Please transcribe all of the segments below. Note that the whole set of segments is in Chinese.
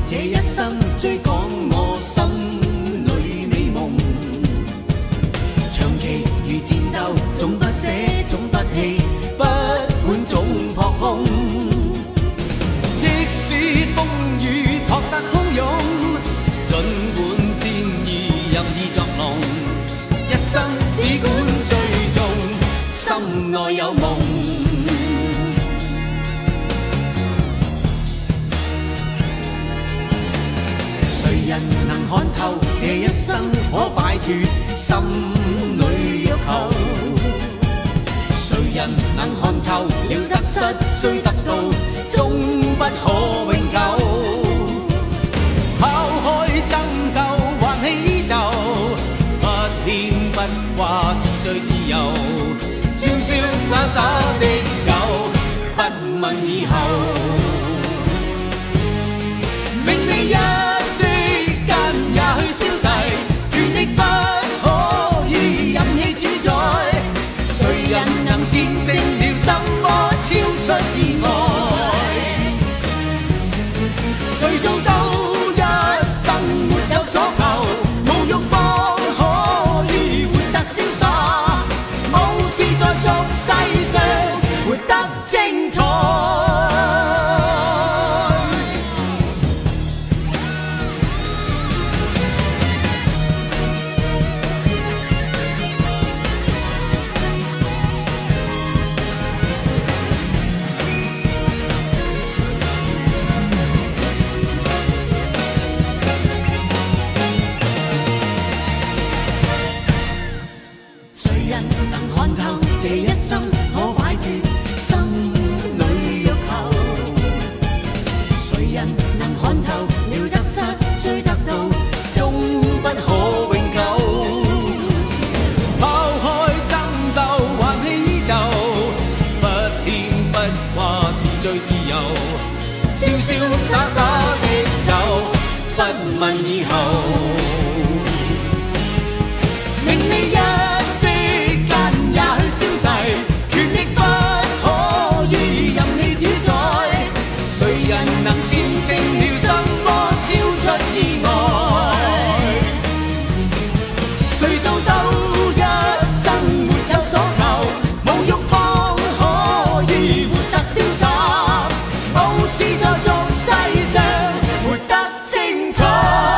这一生追趕我心裏美夢，長期如戰鬥，總不捨總不棄，不管總撲空。即使風雨撲得洶湧，儘管天意任意作弄，一生只管追蹤，心內有夢。人能看透這一生可擺脫心裏欲求？誰人能看透了得失雖得到，終不可永久？拋開爭鬥，還氣依舊，不牽不掛是最自由，瀟瀟灑灑的走，不問以後。命你一消逝，權力不可以任意主宰。誰人能戰勝了什麼超出意外？誰做到一生沒有所求，無欲方可以活得瀟灑，無事在俗世上活得精彩。這一生可擺脫心裏欲求，誰人能看透了得失雖得到，終不可永久？拋開爭鬥，還氣依舊，不牽不掛是最自由，瀟瀟灑灑的走，不問以後。命你一權力不可以任你主宰，誰人能戰勝了什麼超出意外？誰做到一生沒有所求，無欲方可以活得瀟灑，無事在俗世上活得精彩。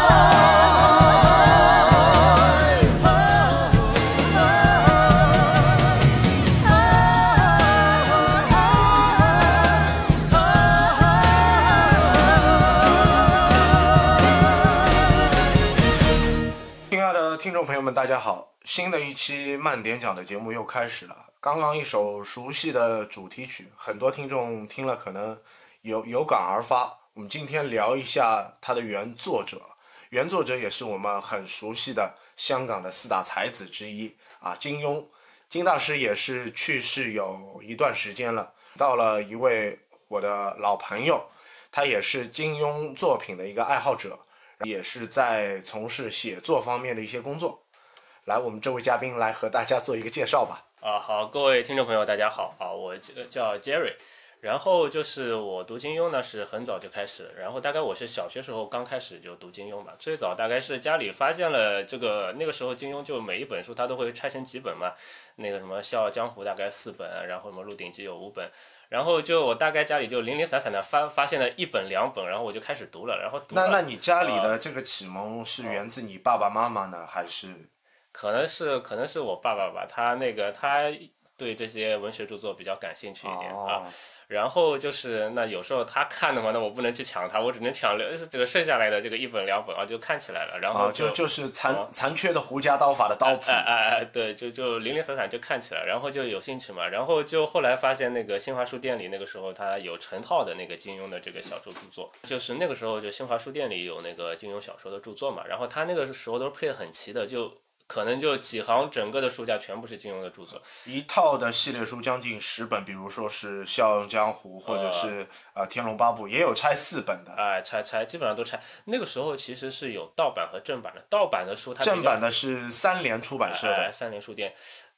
听众朋友们大家好，新的一期慢点讲的节目又开始了。刚刚一首熟悉的主题曲，很多听众听了可能有感而发。我们今天聊一下它的原作者，原作者也是我们很熟悉的香港的四大才子之一啊，金庸。金大师也是去世有一段时间了。到了一位我的老朋友，他也是金庸作品的一个爱好者，也是在从事写作方面的一些工作。来，我们这位嘉宾来和大家做一个介绍吧。 好，各位听众朋友大家好啊，我叫 Jerry。然后就是我读金庸呢是很早就开始，然后大概我是小学时候刚开始就读金庸嘛，最早大概是家里发现了这个，那个时候金庸就每一本书他都会拆成几本嘛，那个什么《笑傲江湖》大概4本，然后什么《鹿鼎记》有5本，然后就我大概家里就零零散散的发现了1本2本，然后我就开始读了，然后读了。 那你家里的这个启蒙是源自你爸爸妈妈呢，还是？ 可能是我爸爸吧，他对这些文学著作比较感兴趣一点啊。然后就是那有时候他看的嘛，那我不能去抢他，我只能抢这个剩下来的这个1本2本啊，就看起来了。然后就是残缺的胡家刀法的刀谱。 对，就零零散散就看起来，然后就有兴趣嘛。然后就后来发现那个新华书店里那个时候他有成套的那个金庸的这个小说著作，就是那个时候就新华书店里有那个金庸小说的著作嘛，然后他那个时候都是配得很齐的，就可能就几行整个的书架全部是金庸的著作， 一套的系列书将近10本，比如说是《笑傲江湖》或者是天龙八部》，也有拆4本的。 拆基本上都拆。那个时候其实是有盗版和正版的，盗版的书它正版的是3联出版社的， 3联书店。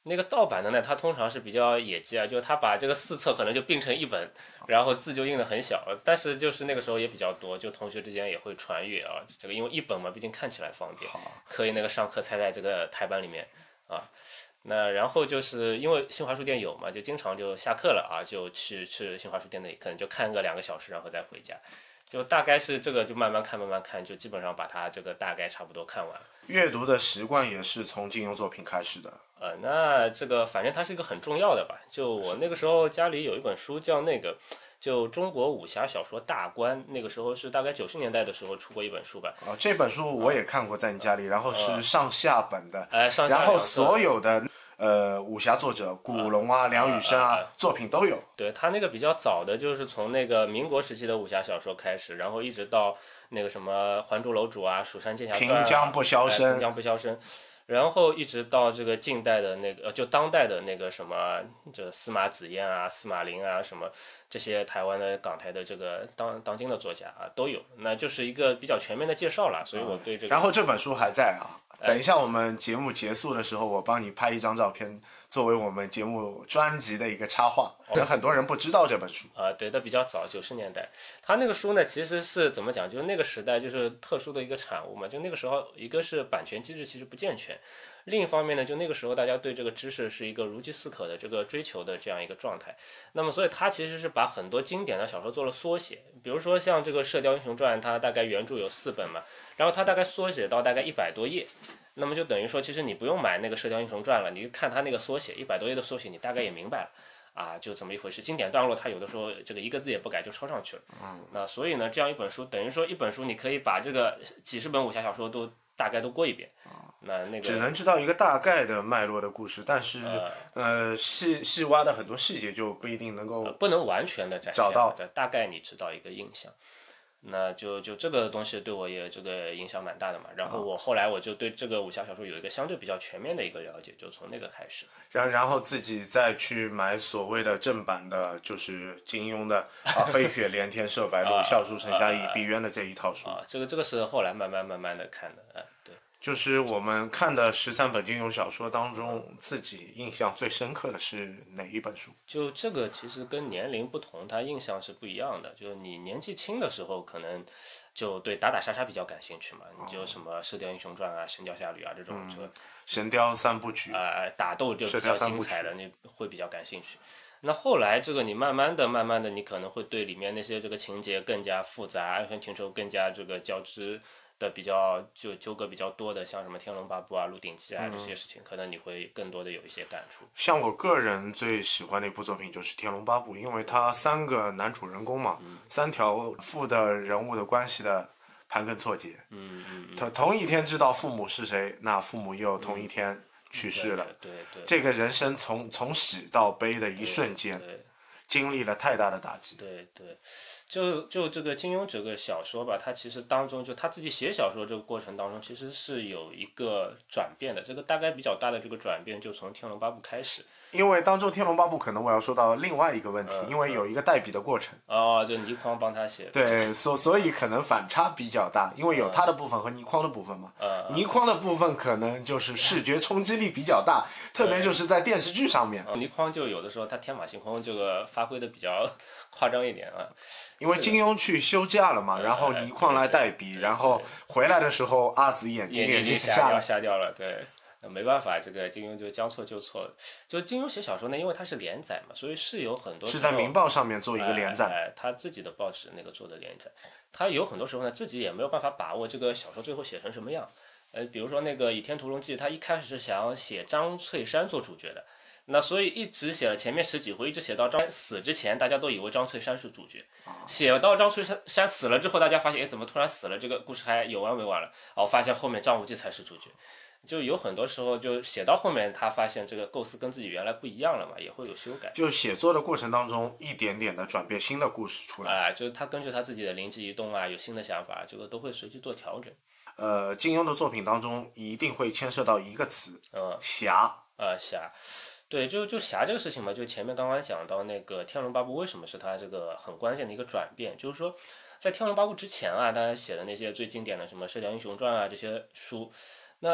那个盗版的呢，它通常是比较野鸡啊，就是它把这个4册可能就并成一本，然后字就印的很小，但是就是那个时候也比较多，就同学之间也会传阅啊，这个因为一本嘛，毕竟看起来方便，可以那个上课猜在这个台版里面啊。那然后就是因为新华书店有嘛，就经常就下课了啊，就去新华书店那里，可能就看个2个小时，然后再回家。就大概是这个，就慢慢看，就基本上把它这个大概差不多看完。 阅读的习惯也是从金庸作品开始的。 那这个反正它是一个很重要的吧。就我那个时候家里有一本书叫那个，就中国武侠小说大观，那个时候是大概90年代的时候出过一本书吧。 这本书我也看过，在你家里，然后是上下本的， 上下然后所有的武侠作者，古龙啊、梁羽生啊，作品都有。 对，他那个比较早的，就是从那个民国时期的武侠小说开始，然后一直到那个什么《还珠楼主》啊、《蜀山剑侠传》啊、 平江不消声， 平江不消声，然后一直到这个近代的那个，就当代的那个什么，这司马子燕啊、司马林啊，什么这些台湾的港台的这个当今的作家啊都有，那就是一个比较全面的介绍了，所以我对这个。 然后这本书还在啊。等一下，我们节目结束的时候，我帮你拍一张照片，作为我们节目专辑的一个插画。很多人不知道这本书对，它比较早，90年代。他那个书呢，其实是怎么讲？就是那个时代就是特殊的一个产物嘛。就那个时候，一个是版权机制其实不健全，另一方面呢，就那个时候大家对这个知识是一个如饥似渴的这个追求的这样一个状态。那么，所以他其实是把很多经典的小说做了缩写，比如说像这个《射雕英雄传》，它大概原著有4本嘛，然后它大概缩写到大概100多页。那么就等于说，其实你不用买那个《射雕英雄传》了，你看它那个缩写100多页的缩写，你大概也明白了啊，就这么一回事。经典段落它有的时候这个一个字也不改就抄上去了。那所以呢，这样一本书等于说一本书你可以把这个几十本武侠小说都大概都过一遍。那个只能知道一个大概的脉络的故事，但是细挖的很多细节就不一定能够不能完全的展现找到， 大概你知道一个印象。那就这个东西对我也这个影响蛮大的嘛，然后后来我就对这个武侠小说有一个相对比较全面的一个了解，就从那个开始。 然后自己再去买所谓的正版的，就是金庸的飞雪连天射白鹿，笑书沉下笔渊的这一套书。 这个是后来慢慢的看的，对。 就是我们看的13本金庸小说当中，自己印象最深刻的是哪一本书？ 就这个其实跟年龄不同，它印象是不一样的。就你年纪轻的时候，可能就对打打杀杀比较感兴趣嘛，你就什么《射雕英雄传》啊、《神雕侠侣》啊这种， 神雕三部曲打斗就比较精彩的，你会比较感兴趣。那后来这个你慢慢的，你可能会对里面那些这个情节更加复杂，爱恨情仇更加这个交织的比较就纠葛比较多的，像什么《天龙八部》啊、《鹿鼎记》啊这些事情，可能你会更多的有一些感触。 像我个人最喜欢的一部作品就是《天龙八部》，因为它3个男主人公嘛，3条副的人物的关系的盘根错节。同一天知道父母是谁，那父母又同一天去世了。 对， 这个人生从喜到悲的一瞬间，经历了太大的打击。 对，就这个金庸这个小说吧，他其实当中就他自己写小说这个过程当中，其实是有一个转变的。这个大概比较大的这个转变，就从《天龙八部》开始。 因为当中《天龙八部》可能我要说到另外一个问题，因为有一个代笔的过程。 就倪匡帮他写。 对，所以可能反差比较大，因为有他的部分和倪匡的部分嘛。倪匡的部分可能就是视觉冲击力比较大，特别就是在电视剧上面。 倪匡就有的时候他天马行空，这个发挥的比较夸张一点啊。 因为金庸去休假了嘛，然后倪匡来代笔，然后回来的时候阿紫眼睛也瞎掉了，对。没办法，这个金庸就将错就错。就金庸写小说呢，因为他是连载嘛，所以是有很多是在《明报》上面做一个连载， 他自己的报纸那个做的连载，他有很多时候呢自己也没有办法把握这个小说最后写成什么样。比如说那个《倚天屠龙记》，他一开始是想要写张翠山做主角的，那所以一直写了前面10几回，一直写到张死之前，大家都以为张翠山是主角。写到张翠山死了之后，大家发现，怎么突然死了？这个故事还有完没完了？发现后面张无忌才是主角。就有很多时候就写到后面，他发现这个构思跟自己原来不一样了嘛，也会有修改。 就写作的过程当中，一点点的转变，新的故事出来。 就是他根据他自己的灵机一动啊，有新的想法，这个都会随机做调整。 金庸的作品当中一定会牵涉到一个词，侠。 侠。对，就侠这个事情嘛，就前面刚刚讲到那个《天龙八部》为什么是他这个很关键的一个转变，就是说在《天龙八部》之前啊，大家写的那些最经典的什么《射雕英雄传》啊这些书，那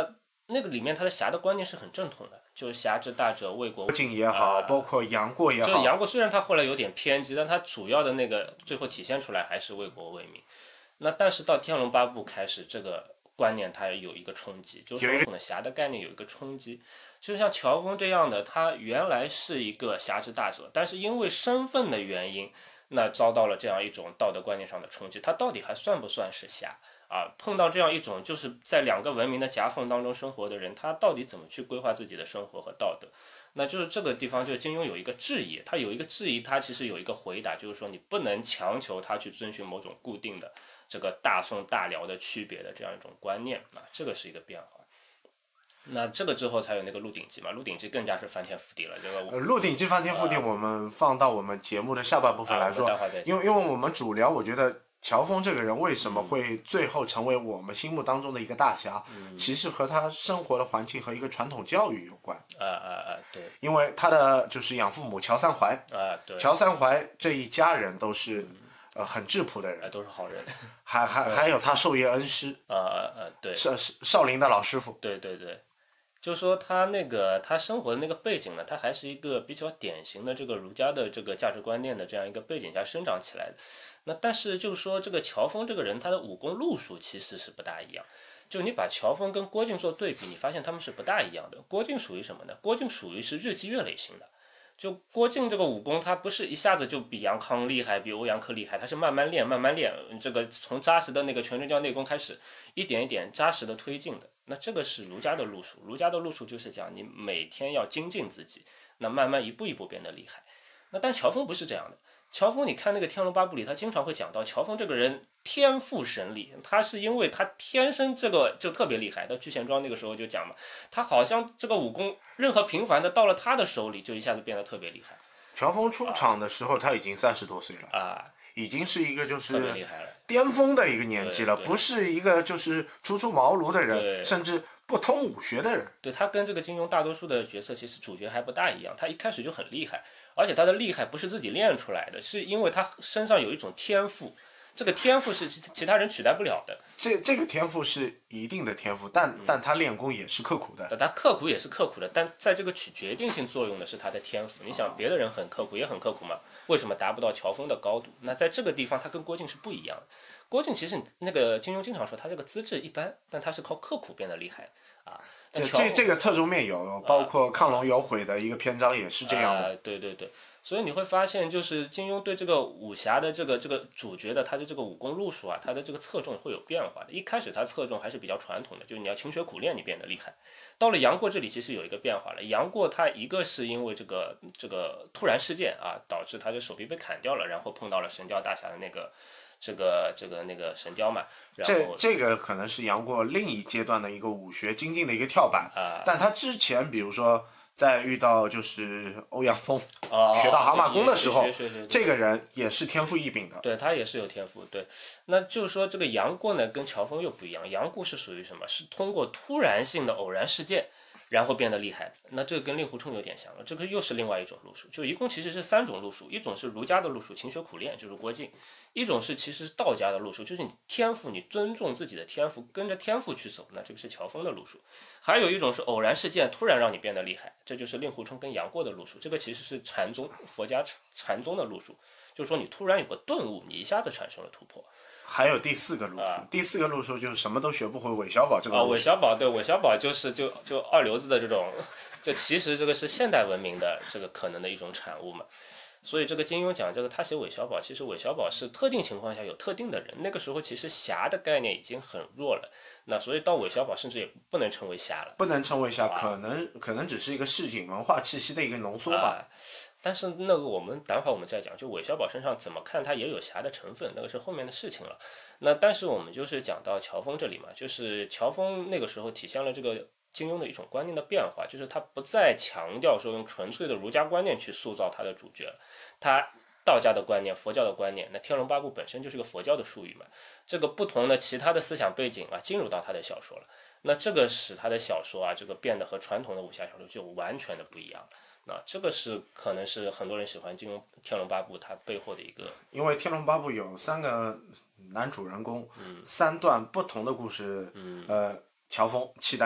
那个里面他的侠的观念是很正统的，就是侠之大者为国。 郭靖也好，包括杨过也好。 就是杨过虽然他后来有点偏激，但他主要的那个最后体现出来还是为国为民。那但是到《天龙八部》开始，这个观念它有一个冲击，就是传统的侠的概念有一个冲击。就像乔峰这样的，他原来是一个侠之大者，但是因为身份的原因，那遭到了这样一种道德观念上的冲击，他到底还算不算是侠？碰到这样一种就是在两个文明的夹缝当中生活的人，他到底怎么去规划自己的生活和道德？那就是这个地方，就金庸有一个质疑，他有一个质疑，他其实有一个回答，就是说你不能强求他去遵循某种固定的这个大宋大辽的区别的这样一种观念这个是一个变化。那这个之后才有那个《鹿鼎记》嘛，《鹿鼎记》更加是翻天覆地了。这个 《鹿鼎记》翻天覆地，我们放到我们节目的下半部分来说，因为我们主聊，我觉得乔峰这个人为什么会最后成为我们心目当中的一个大侠，其实和他生活的环境和一个传统教育有关。 对。 因为他的就是养父母乔三槐， 对。 乔三槐这一家人都是很质朴的人， 都是好人。 还有他授业恩师， 对。 少林的老师傅。 对。就是说他生活的那个背景呢，他还是一个比较典型的这个儒家的这个价值观念的这样一个背景下生长起来的。那但是就是说这个乔峰这个人，他的武功路数其实是不大一样。就你把乔峰跟郭靖做对比，你发现他们是不大一样的。郭靖属于什么呢？郭靖属于是日积月累型的。就郭靖这个武功，他不是一下子就比杨康厉害，比欧阳克厉害，他是慢慢练，这个从扎实的那个全真教内功开始，一点一点扎实的推进的。那这个是儒家的路数，儒家的路数就是讲你每天要精进自己，那慢慢一步一步变得厉害。那但乔峰不是这样的。乔峰，你看那个《天龙八部》里，他经常会讲到乔峰这个人天赋神力，他是因为他天生这个就特别厉害。到聚贤庄那个时候就讲嘛，他好像这个武功任何平凡的到了他的手里，就一下子变得特别厉害。 乔峰出场的时候，他已经30多岁了已经是一个就是特别厉害了， 巅峰的一个年纪了，不是一个就是初出茅庐的人，甚至不通武学的人。 对，他跟这个金庸大多数的角色其实主角还不大一样，他一开始就很厉害，而且他的厉害不是自己练出来的，是因为他身上有一种天赋，这个天赋是其他人取代不了的。 这个天赋是一定的天赋，但他练功也是刻苦的。 他刻苦也是刻苦的，但在这个起决定性作用的是他的天赋。你想，别的人很刻苦也很刻苦嘛，为什么达不到乔峰的高度？那在这个地方，他跟郭靖是不一样的。郭靖其实那个金庸经常说他这个资质一般，但他是靠刻苦变得厉害这个侧重面有，包括亢龙有悔的一个篇章也是这样的。 对。所以你会发现，就是金庸对这个武侠的这个主角的他的这个武功路数他的这个侧重会有变化的。一开始他侧重还是比较传统的，就是你要勤学苦练，你变得厉害。到了杨过这里，其实有一个变化了。杨过他一个是因为这个突然事件导致他的手臂被砍掉了，然后碰到了神雕大侠的那个神雕嘛。 这个可能是杨过另一阶段的一个武学精进的一个跳板但他之前比如说在遇到就是欧阳锋学到蛤蟆功的时候，这个人也是天赋异禀的。 对，他也是有天赋。对，那就是说这个杨过呢跟乔峰又不一样，杨过是属于什么？是通过突然性的偶然事件，然后变得厉害的。那这个跟令狐冲有点像了，这个又是另外一种路数。就一共其实是3种路数，一种是儒家的路数，勤学苦练，就是郭靖；一种是其实道家的路数，就是你天赋，你尊重自己的天赋，跟着天赋去走，那这个是乔峰的路数。还有一种是偶然事件突然让你变得厉害，这就是令狐冲跟杨过的路数。这个其实是禅宗，佛家禅宗的路数，就是说你突然有个顿悟，你一下子产生了突破。 还有第4个路数，第4个路数就是什么都学不会韦小宝这个路数。 韦小宝，对，韦小宝就是就二流子的这种，这其实这个是现代文明的这个可能的一种产物嘛。所以这个金庸讲这个他写韦小宝，其实韦小宝是特定情况下有特定的人，那个时候其实侠的概念已经很弱了，那所以到韦小宝甚至也不能称为侠了， 不能称为侠，可能只是一个市井文化气息的一个浓缩吧。 但是那个等会儿我们再讲，就韦小宝身上怎么看他也有侠的成分，那个是后面的事情了。那但是我们就是讲到乔峰这里嘛，就是乔峰那个时候体现了这个金庸的一种观念的变化，就是他不再强调说用纯粹的儒家观念去塑造他的主角，他道家的观念、佛教的观念，那《天龙八部》本身就是个佛教的术语嘛，这个不同的其他的思想背景进入到他的小说了，那这个使他的小说这个变得和传统的武侠小说就完全的不一样了。那这个是可能是很多人喜欢金庸《天龙八部》它背后的一个， 因为《天龙八部》有3个男主人公，3段不同的故事，乔峰契丹人，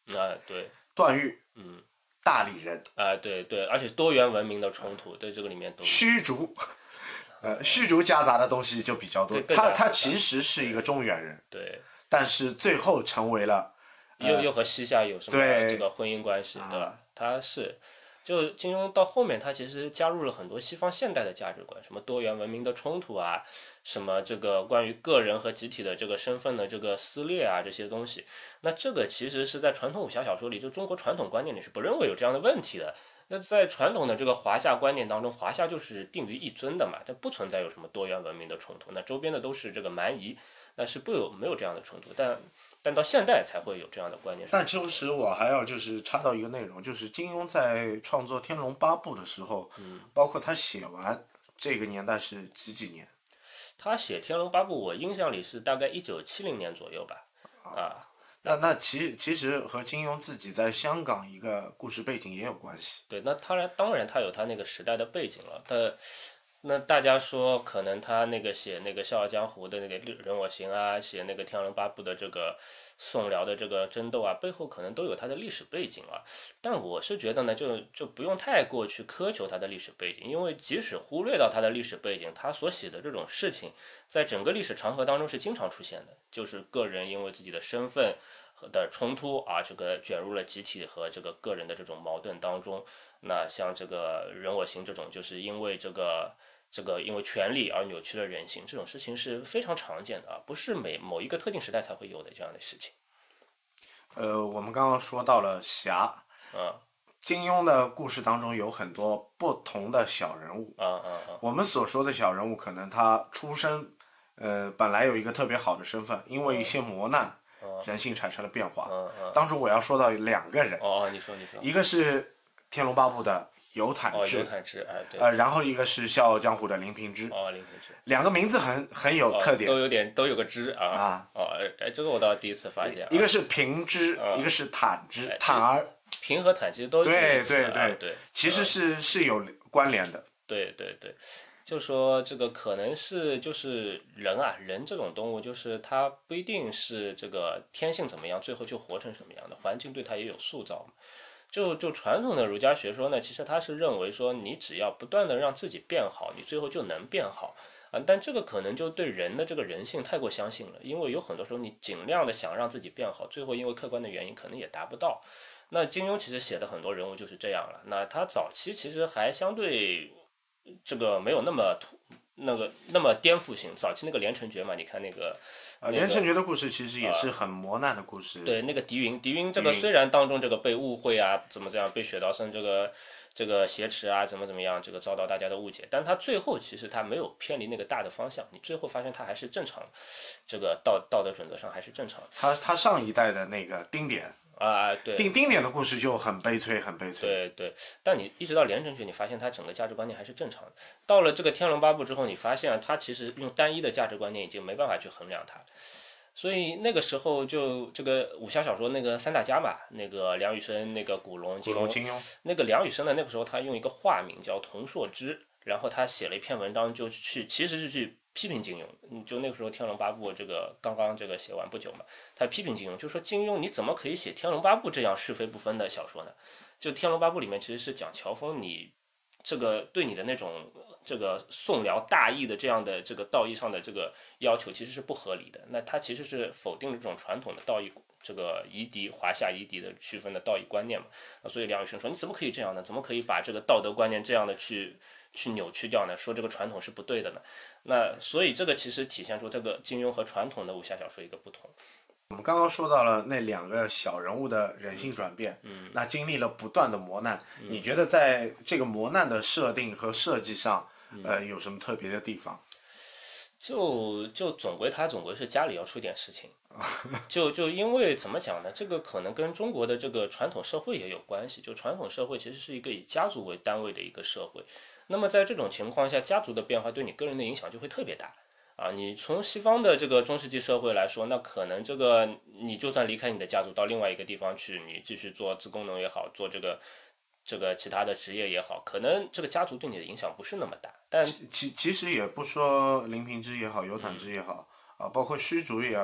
对， 段誉，大理人， 对，而且多元文明的冲突，在这个里面都虚竹，虚竹夹杂的东西就比较多。他其实是一个中原人， 对， 但是最后成为了， 又和西夏有什么这个婚姻关系，对吧？他是。就金庸到后面，他其实加入了很多西方现代的价值观，什么多元文明的冲突啊，什么这个关于个人和集体的这个身份的这个撕裂啊，这些东西。那这个其实是在传统武侠小说里，就中国传统观念里是不认为有这样的问题的。那在传统的这个华夏观念当中，华夏就是定于一尊的嘛，它不存在有什么多元文明的冲突，那周边的都是这个蛮夷，那是没有这样的冲突，但到现代才会有这样的观念。 但其实我还要就是插到一个内容，就是金庸在创作《天龙八部》的时候，包括他写完这个年代是几年？ 他写《天龙八部》，我印象里是大概1970年左右吧， 那其实和金庸自己在香港一个故事背景也有关系。 对，那当然他有他那个时代的背景了，那大家说可能他那个写那个《笑傲江湖》的那个人我行啊，写那个《天龙八部》的这个宋辽的这个争斗啊，背后可能都有他的历史背景啊。但我是觉得呢，就不用太过去苛求他的历史背景，因为即使忽略到他的历史背景，他所写的这种事情，在整个历史长河当中是经常出现的，就是个人因为自己的身份的冲突啊，这个卷入了集体和这个个人的这种矛盾当中。那像这个人我行这种，就是因为这个因为权力而扭曲了人性，这种事情是非常常见的啊，不是某一个特定时代才会有的这样的事情。 我们刚刚说到了侠，金庸的故事当中有很多不同的小人物，我们所说的小人物，可能他出身，本来有一个特别好的身份，因为一些磨难，人性产生了变化。当中我要说到两个人， 你说， 一个是《天龙八部》的游坦之， 对， 然后一个是《笑傲江湖》的林平之， 林平之， 两个名字很有特点， 都有个之啊，这个我倒第一次发现， 一个是平之，一个是坦之，坦儿， 平和坦其实都是对，其实是有关联的， 对，就说这个可能是就是人这种动物，就是它不一定是这个天性怎么样，最后就活成什么样的，环境对它也有塑造嘛。就传统的儒家学说呢，其实他是认为说，你只要不断的让自己变好，你最后就能变好啊。但这个可能就对人的这个人性太过相信了，因为有很多时候你尽量的想让自己变好，最后因为客观的原因可能也达不到。那金庸其实写的很多人物就是这样了。那他早期其实还相对这个没有那么颠覆性，早期那个连城诀嘛，你看那个。 连城诀的故事其实也是很磨难的故事。 对，那个狄云这个虽然当中这个被误会啊，怎么这样被雪道生这个挟持啊，怎么样，这个遭到大家的误解，但他最后其实他没有偏离那个大的方向，你最后发现他还是正常，这个道德准则上还是正常的。 他上一代的那个丁典。 对， 丁典的故事就很悲催，很悲催。 对，但你一直到连城诀，你发现他整个价值观念还是正常的。到了这个《天龙八部》之后，你发现他其实用单一的价值观念已经没办法去衡量它。所以那个时候就这个武侠小说那个三大家嘛，那个梁羽生、那个古龙、金庸。那个梁羽生呢，那个时候他用一个化名叫童硕之，然后他写了一篇文章，其实是去批评金庸。就那个时候《天龙八部》这个刚刚这个写完不久嘛，他批评金庸，就说金庸你怎么可以写《天龙八部》这样是非不分的小说呢？就《天龙八部》里面其实是讲乔峰你这个对你的那种这个宋辽大义的这样的这个道义上的这个要求其实是不合理的。那他其实是否定了这种传统的道义这个华夏夷狄的区分的道义观念嘛？那所以梁羽生说你怎么可以这样呢？怎么可以把这个道德观念这样的去扭曲掉呢？说这个传统是不对的呢？那所以这个其实体现出这个金庸和传统的武侠小说一个不同。 我们刚刚说到了那两个小人物的人性转变，那经历了不断的磨难，你觉得在这个磨难的设定和设计上，有什么特别的地方？ 就总归是家里要出点事情，就因为怎么讲呢？这个可能跟中国的这个传统社会也有关系。就传统社会其实是一个以家族为单位的一个社会，那么在这种情况下，家族的变化对你个人的影响就会特别大。你从西方的这个中世纪社会来说，那可能这个你就算离开你的家族到另外一个地方去，你继续做自工农也好，做这个其他的职业也好，可能这个家族对你的影响不是那么大。但其实也不说林平之也好，游坦之也好，包括虚竹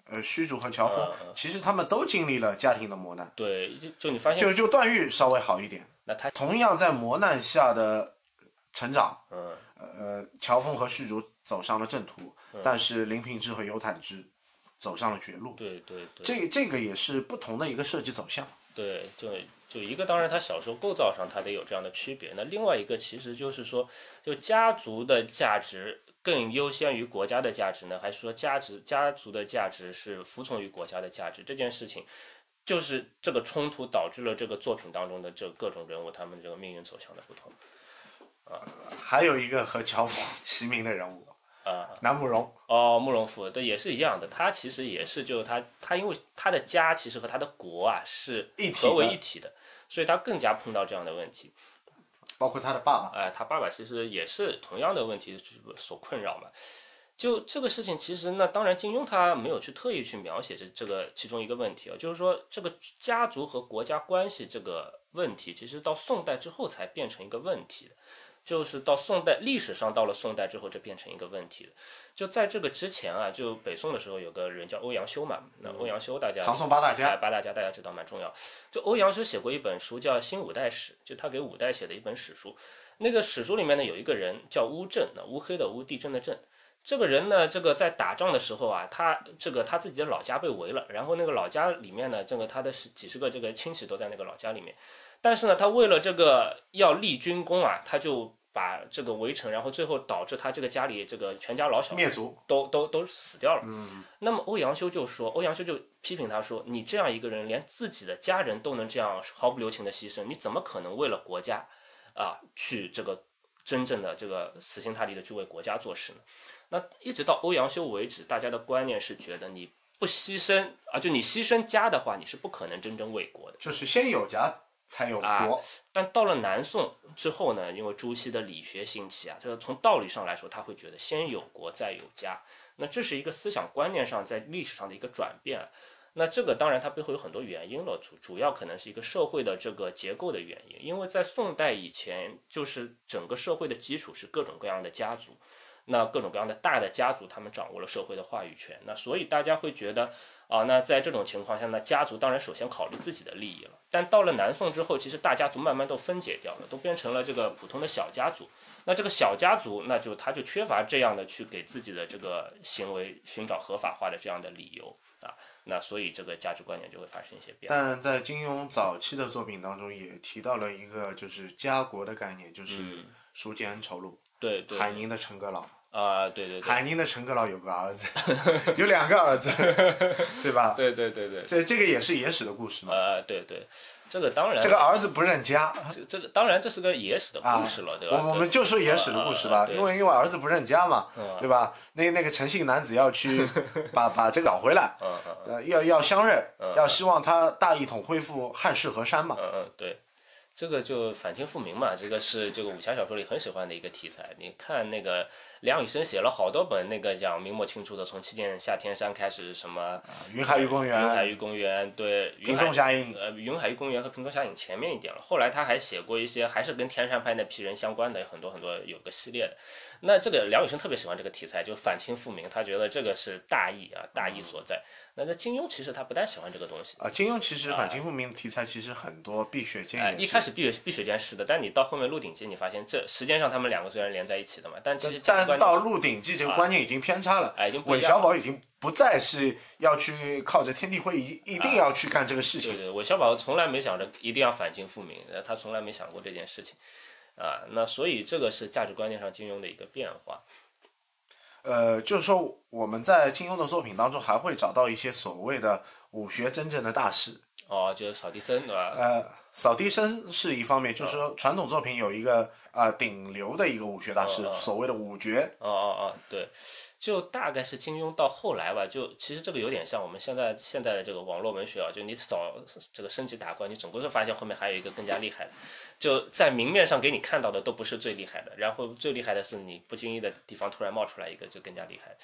虚竹和乔峰，其实他们都经历了家庭的磨难。 对，就你发现， 就段誉稍微好一点， 那他同样在磨难下的成长。 嗯， 乔峰和虚竹走上了正途，但是林平之和尤坦之走上了绝路。 对对对， 这个也是不同的一个设计走向。 对，就一个，当然他小时候构造上他得有这样的区别。那另外一个其实就是说，就家族的价值更优先于国家的价值呢，还是说家族的价值是服从于国家的价值？这件事情，就是这个冲突导致了这个作品当中的这各种人物他们这个命运走向的不同。 还有一个和乔峰齐名的人物南慕容。 哦，慕容复，对，也是一样的。他其实也是，就他因为他的家其实和他的国啊是合为一体的，所以他更加碰到这样的问题。 包括他的爸爸， 他爸爸其实也是同样的问题所困扰嘛。就这个事情，其实那当然金庸他没有去特意去描写这个其中一个问题啊，就是说这个家族和国家关系这个问题，其实到宋代之后才变成一个问题的。就是到宋代，历史上到了宋代之后，这变成一个问题了。就在这个之前啊，就北宋的时候有个人叫欧阳修嘛，那欧阳修大家唐宋八大家， 八大家大家知道蛮重要。就欧阳修写过一本书叫《新五代史》，就他给五代写的一本史书。那个史书里面呢有一个人叫乌镇，乌黑的乌，地震的震。这个人呢，这个在打仗的时候啊，他自己的老家被围了，然后那个老家里面呢，这个他的几十个这个亲戚都在那个老家里面。但是呢，他为了这个要立军功啊，他就把这个围城，然后最后导致他这个家里这个全家老小灭族， 都死掉了。那么欧阳修就批评他说，你这样一个人，连自己的家人都能这样毫不留情的牺牲，你怎么可能为了国家去这个真正的这个死心塌地的去为国家做事呢？那一直到欧阳修为止，大家的观念是觉得你不牺牲就你牺牲家的话，你是不可能真正为国的。 就是先有家才有国。 但到了南宋之后呢，因为朱熹的理学兴起这个从道理上来说，他会觉得先有国再有家。那这是一个思想观念上在历史上的一个转变。那这个当然它背后有很多原因了，主要可能是一个社会的这个结构的原因。因为在宋代以前，就是整个社会的基础是各种各样的家族。那各种各样的大的家族，他们掌握了社会的话语权，那所以大家会觉得那在这种情况下，那家族当然首先考虑自己的利益了。但到了南宋之后，其实大家族慢慢都分解掉了，都变成了这个普通的小家族。那这个小家族，他就缺乏这样的去给自己的这个行为寻找合法化的这样的理由那所以这个价值观念就会发生一些变化。 但在金庸早期的作品当中，也提到了一个就是家国的概念，就是书剑恩仇录。 对， 海宁的陈阁老对， 海宁的陈阁老有个儿子，有2个儿子，对吧？ 对， 这个也是野史的故事嘛。 对，这个当然， 这个儿子不认家， 这个当然这是个野史的故事了，对吧？ 我们就说野史的故事吧，因为儿子不认家嘛，对吧？那个陈姓男子要去把这个找回来，要相认，要希望他大一统恢复汉室河山嘛。 对。这个就反清复明嘛，这个是这个武侠小说里很喜欢的一个题材。你看那个梁羽生写了好多本那个讲明末清初的，从七剑下天山开始，什么云海玉公园， 对， 萍踪侠影， 云海玉公园和萍踪侠影前面一点了。后来他还写过一些还是跟天山派那批人相关的很多有个系列的。那这个梁羽生特别喜欢这个题材，就反清复明，他觉得这个是大义大义所在。那金庸其实他不但喜欢这个东西金庸其实反清复明的题材其实很多，碧血剑一开始碧血剑是的，但你到后面鹿鼎记，你发现这时间上他们两个虽然连在一起的嘛，但其实到鹿鼎记这个观念已经偏差了， 已经不一样了。 韦小宝已经不再是要去靠着天地会一定要去干这个事情。 对，韦小宝从来没想着一定要反清复明，他从来没想过这件事情那所以这个是价值观念上金庸的一个变化。 就是说我们在金庸的作品当中还会找到一些所谓的武学真正的大师。 就是扫地僧，对吧？ 扫地僧是一方面，就是说传统作品有一个顶流的一个武学大师，所谓的五绝。 对，就大概是金庸到后来吧，就其实这个有点像我们现在的这个网络文学就你扫这个升级打怪，你总归是发现后面还有一个更加厉害的，就在明面上给你看到的都不是最厉害的，然后最厉害的是你不经意的地方突然冒出来一个就更加厉害。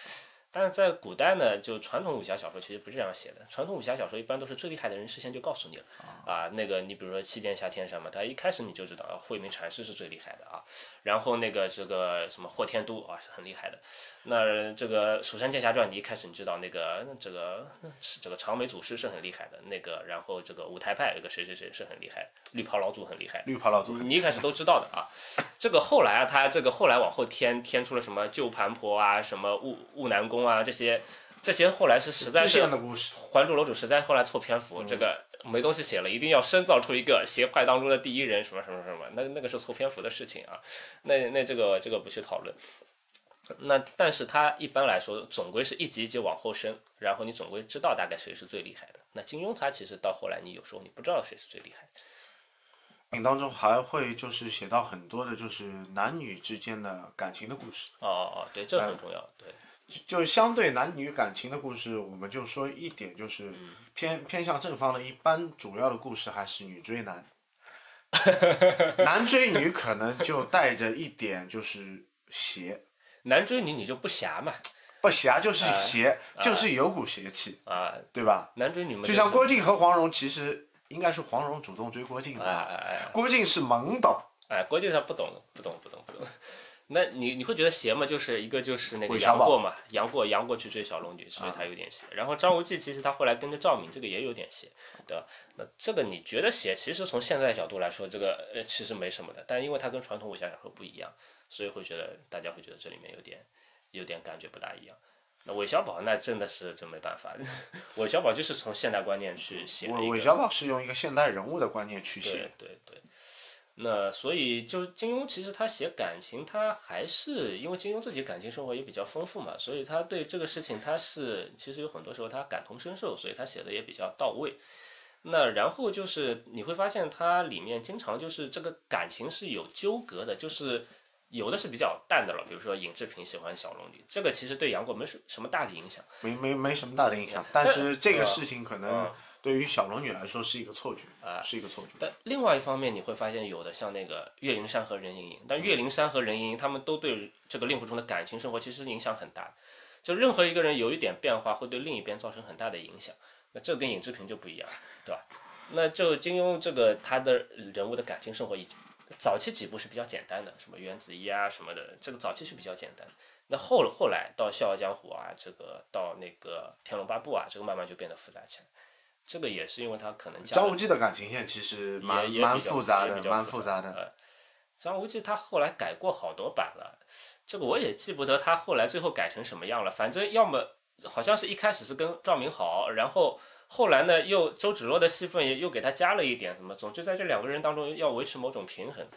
但是在古代呢，就传统武侠小说其实不是这样写的。传统武侠小说一般都是最厉害的人事先就告诉你了啊，那个你比如说七剑下天山嘛，他一开始你就知道慧明禅师是最厉害的啊，然后那个这个什么霍天都啊是很厉害的，那这个蜀山剑侠传你一开始你知道那个这个长眉祖师是很厉害的，那个然后这个五台派有个谁谁谁是很厉害，绿袍老祖很厉害， 绿袍老祖你一开始都知道的啊。这个后来啊，他这个后来往后添出了什么旧盘婆啊，什么雾南宫啊，这些后来是实在是的故事， 还珠楼主实在后来凑篇幅，这个没东西写了，一定要深造出一个邪派当中的第一人，什么什么什么，那个是凑篇幅的事情啊，那这个不去讨论。那但是他一般来说总归是一级一级往后升，然后你总归知道大概谁是最厉害的。那金庸他其实到后来你有时候你不知道谁是最厉害的。 当中还会就是写到很多的就是男女之间的感情的故事。 对，这很重要，对。 就相对男女感情的故事，我们就说一点，就是偏向正方的，一般主要的故事还是女追男，男追女可能就带着一点就是邪。 男追女你就不侠嘛？ 不侠就是邪，就是有股邪气啊， 对吧？ 男追女嘛， 就像郭靖和黄蓉，其实应该是黄蓉主动追郭靖的，郭靖是懵懂。 郭靖他不懂。那你会觉得邪嘛？就是一个就是那个杨过嘛，杨过去追小龙女，所以他有点邪。然后张无忌其实他后来跟着赵敏，这个也有点邪，对吧？那这个你觉得邪，其实从现在的角度来说，这个其实没什么的。但因为它跟传统武侠小说不一样，所以大家会觉得这里面有点感觉不大一样。那韦小宝那真的是真没办法，韦小宝就是从现代观念去写的。 韦小宝是用一个现代人物的观念去写。 对。那所以就金庸其实他写感情，他还是因为金庸自己感情生活也比较丰富嘛，所以他对这个事情他是其实有很多时候他感同身受，所以他写的也比较到位。那然后就是你会发现它里面经常就是这个感情是有纠葛的，就是有的是比较淡的了，比如说尹志平喜欢小龙女，这个其实对杨过没什么大的影响， 没什么大的影响，但是这个事情可能对于小龙女来说是一个错觉是一个错觉。 但另外一方面你会发现有的像那个岳灵珊和任盈盈，但岳灵珊和任盈盈他们都对这个令狐冲的感情生活其实影响很大，就任何一个人有一点变化会对另一边造成很大的影响，那这跟尹志平就不一样，对吧？那就金庸这个他的人物的感情生活早期几部是比较简单的，什么袁子怡啊什么的，这个早期是比较简单的。那后来到《笑傲江湖》啊，这个到那个《天龙八部》啊，这个慢慢就变得复杂起来。这个也是因为他可能张无忌的感情线其实蛮复杂的，蛮复杂的。 张无忌他后来改过好多版了，这个我也记不得他后来最后改成什么样了。反正要么好像是一开始是跟赵明好，然后后来呢又周芷若的戏份又给他加了一点什么，总之在这两个人当中要维持某种平衡。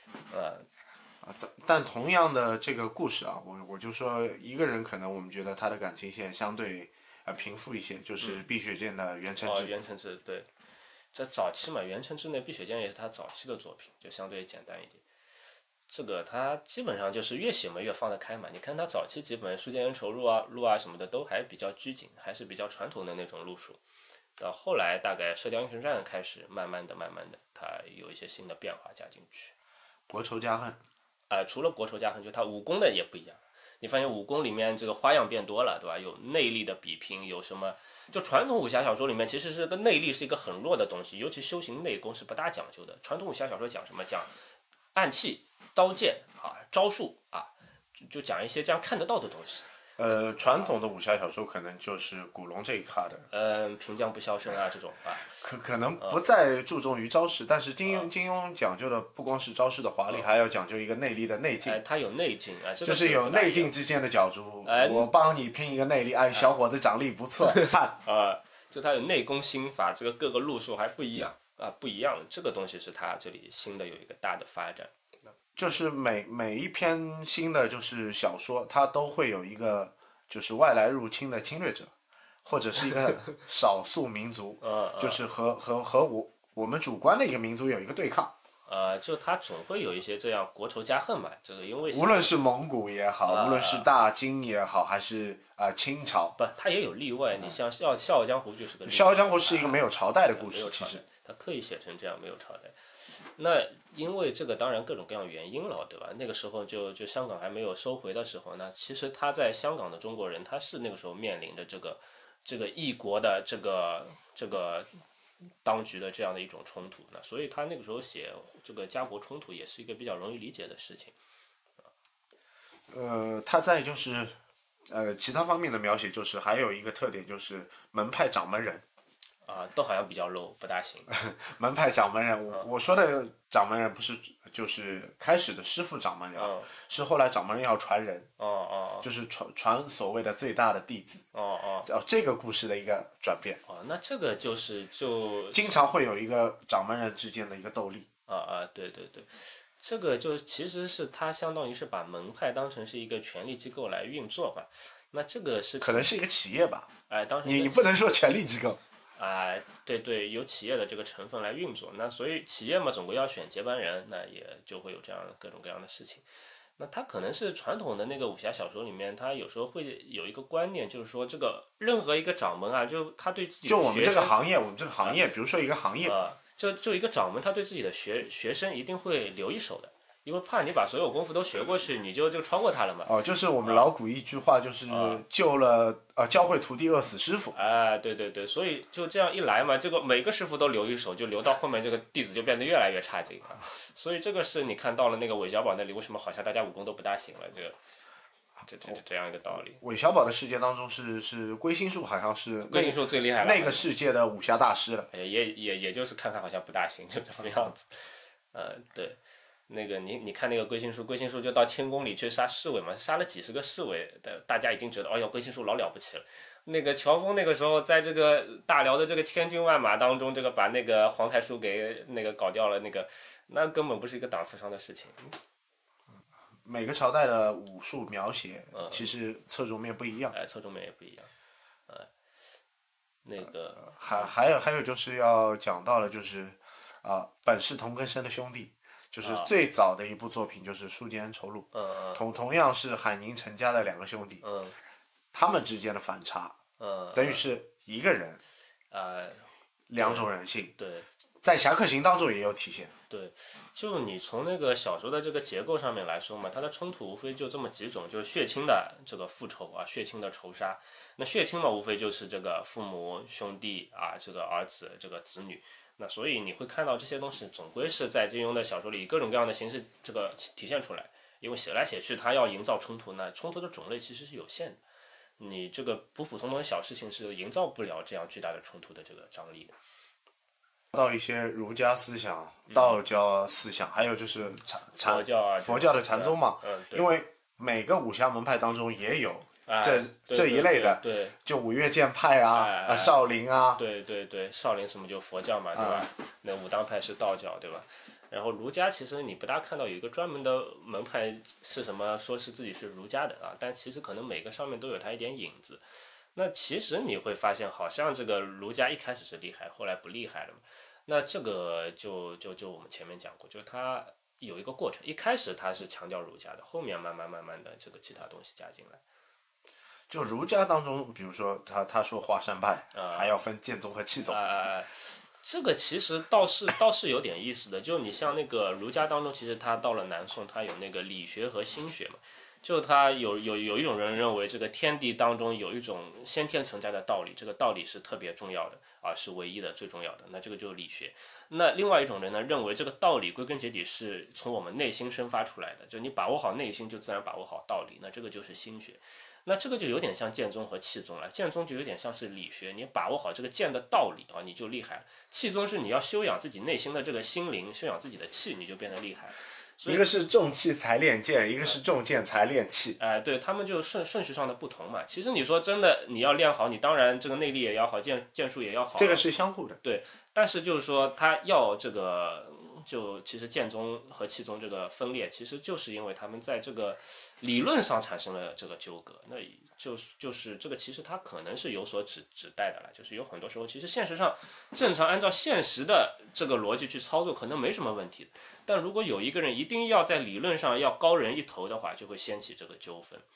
但同样的这个故事啊，我就说一个人可能我们觉得他的感情线相对平复一些，就是碧血剑的袁承志。 袁承志对，这早期嘛，袁承志那碧血剑也是他早期的作品，就相对简单一点。这个他基本上就是越写嘛越放得开嘛。你看他早期几本《书剑恩仇录》啊什么的都还比较拘谨，还是比较传统的那种路数。到后来大概《射雕英雄传》开始慢慢的，他有一些新的变化加进去。 国仇家恨。 除了国仇家恨，就他武功的也不一样。你发现武功里面这个花样变多了，对吧？有内力的比拼，有什么？就传统武侠小说里面，其实是个内力是一个很弱的东西，尤其修行内功是不大讲究的。传统武侠小说讲什么？讲暗器、刀剑招数就讲一些这样看得到的东西。 传统的武侠小说可能就是古龙这一卡的， 平将不消声这种可能不再注重于招式，但是金庸讲究的不光是招式的华丽，还要讲究一个内力的内劲。 它有内劲就是有内劲之间的角逐。我帮你拼一个内力，小伙子掌力不错， 就它有内功心法，这个各个路数还不一样不一样。这个东西是它这里新的有一个大的发展。 就是每一篇新的就是小说，它都会有一个就是外来入侵的侵略者，或者是一个少数民族，就是和我们主观的一个民族有一个对抗。 就它总会有一些这样国仇家恨嘛，这个因为无论是蒙古也好，无论是大金也好，还是清朝， 它也有例外。你像《笑傲江湖》就是个例外。 《笑傲江湖》是一个没有朝代的故事，其实它刻意写成这样没有朝代。 那因为这个当然各种各样原因了，对吧？那个时候就香港还没有收回的时候，那其实他在香港的中国人，他是那个时候面临的这个异国的这个当局的这样的一种冲突，那所以他那个时候写这个家国冲突也是一个比较容易理解的事情。 他在就是其他方面的描写，就是还有一个特点就是门派掌门人。 都好像比较 low， 不大行。 门派掌门人，我说的掌门人不是就是开始的师傅掌门人，是后来掌门人要传人，就是传所谓的最大的弟子，这个故事的一个转变。 那这个就经常会有一个掌门人之间的一个斗力。 对，这个就其实是他相当于是把门派当成是一个权力机构来运作嘛。那这个是可能是一个企业吧， 当成你不能说权力机构。 对，有企业的这个成分来运作，那所以企业嘛，总归要选接班人，那也就会有这样各种各样的事情。那他可能是传统的那个武侠小说里面，他有时候会有一个观念，就是说这个任何一个掌门就他对自己的我们这个行业，比如说一个行业， 就一个掌门，他对自己的学生一定会留一手的。因为怕你把所有功夫都学过去，你就超过他了嘛。 就是我们老古一句话，就是教会徒弟饿死师傅。 对，所以就这样一来嘛，这个每个师傅都留一手，就留到后面这个弟子就变得越来越差劲。所以这个是你看到了那个韦小宝那里，为什么好像大家武功都不大行了？这样一个道理。 韦小宝的世界当中是龟心树，好像是龟心树最厉害了， 那个世界的武侠大师了。 也就是看好像不大行，就这么样子。对。那个你看那个龟心树就到天宫里去杀侍卫嘛，杀了几十个侍卫，大家已经觉得龟心树老了不起了。那个乔峰那个时候在这个大辽的这个千军万马当中，这个把那个皇太叔给那个搞掉了，那根本不是一个档次上的事情。 每个朝代的武术描写，其实侧重面不一样。 侧重面也不一样。那个还有就是要讲到了，就是本是同根生的兄弟。就是最早的一部作品就是《书剑恩仇录》，同样是海宁陈家的两个兄弟，他们之间的反差，等于是一个人，两种人性， 对， 在《侠客行》当中也有体现。 对，就你从那个小说的这个结构上面来说嘛，它的冲突无非就这么几种，就是血亲的这个复仇血亲的仇杀。那血亲嘛，无非就是这个父母、兄弟这个儿子、这个子女。那所以你会看到这些东西总归是在金庸的小说里以各种各样的形式这个体现出来，因为写来写去他要营造冲突，那冲突的种类其实是有限的，你这个普普通通的小事情是营造不了这样巨大的冲突的这个张力的。 到一些儒家思想、道教思想，还有就是佛教的禅宗嘛，因为每个武侠门派当中也有这一类的， 对， 就五岳剑派少林对，少林什么就佛教嘛，对吧？那武当派是道教，对吧？然后儒家其实你不大看到有一个专门的门派是什么，说是自己是儒家的但其实可能每个上面都有它一点影子。那其实你会发现，好像这个儒家一开始是厉害，后来不厉害了嘛。那这个就我们前面讲过，就是它有一个过程，一开始它是强调儒家的，后面慢慢的这个其他东西加进来。 就儒家当中，比如说他说华山派还要分剑宗和气宗。 这个其实倒是有点意思的，就你像那个儒家当中，其实他到了南宋，他有那个理学和心学嘛。就他有一种人认为这个天地当中有一种先天存在的道理，这个道理是特别重要的是唯一的最重要的，那这个就是理学。那另外一种人呢，认为这个道理归根结底是从我们内心生发出来的，就你把握好内心，就自然把握好道理，那这个就是心学。那这个就有点像剑宗和气宗了，剑宗就有点像是理学，你把握好这个剑的道理你就厉害了。气宗是你要修养自己内心的这个心灵，修养自己的气，你就变得厉害了。 一个是重气才练剑，一个是重剑才练气。 对，他们就顺序上的不同嘛。其实你说真的，你要练好，你当然这个内力也要好，剑术也要好。 这个是相互的。 对，但是就是说他要这个，就其实剑宗和气宗这个分裂，其实就是因为他们在这个理论上产生了这个纠葛。那就是这个其实它可能是有所指代的了，就是有很多时候其实现实上正常按照现实的这个逻辑去操作可能没什么问题，但如果有一个人一定要在理论上要高人一头的话，就会掀起这个纠纷。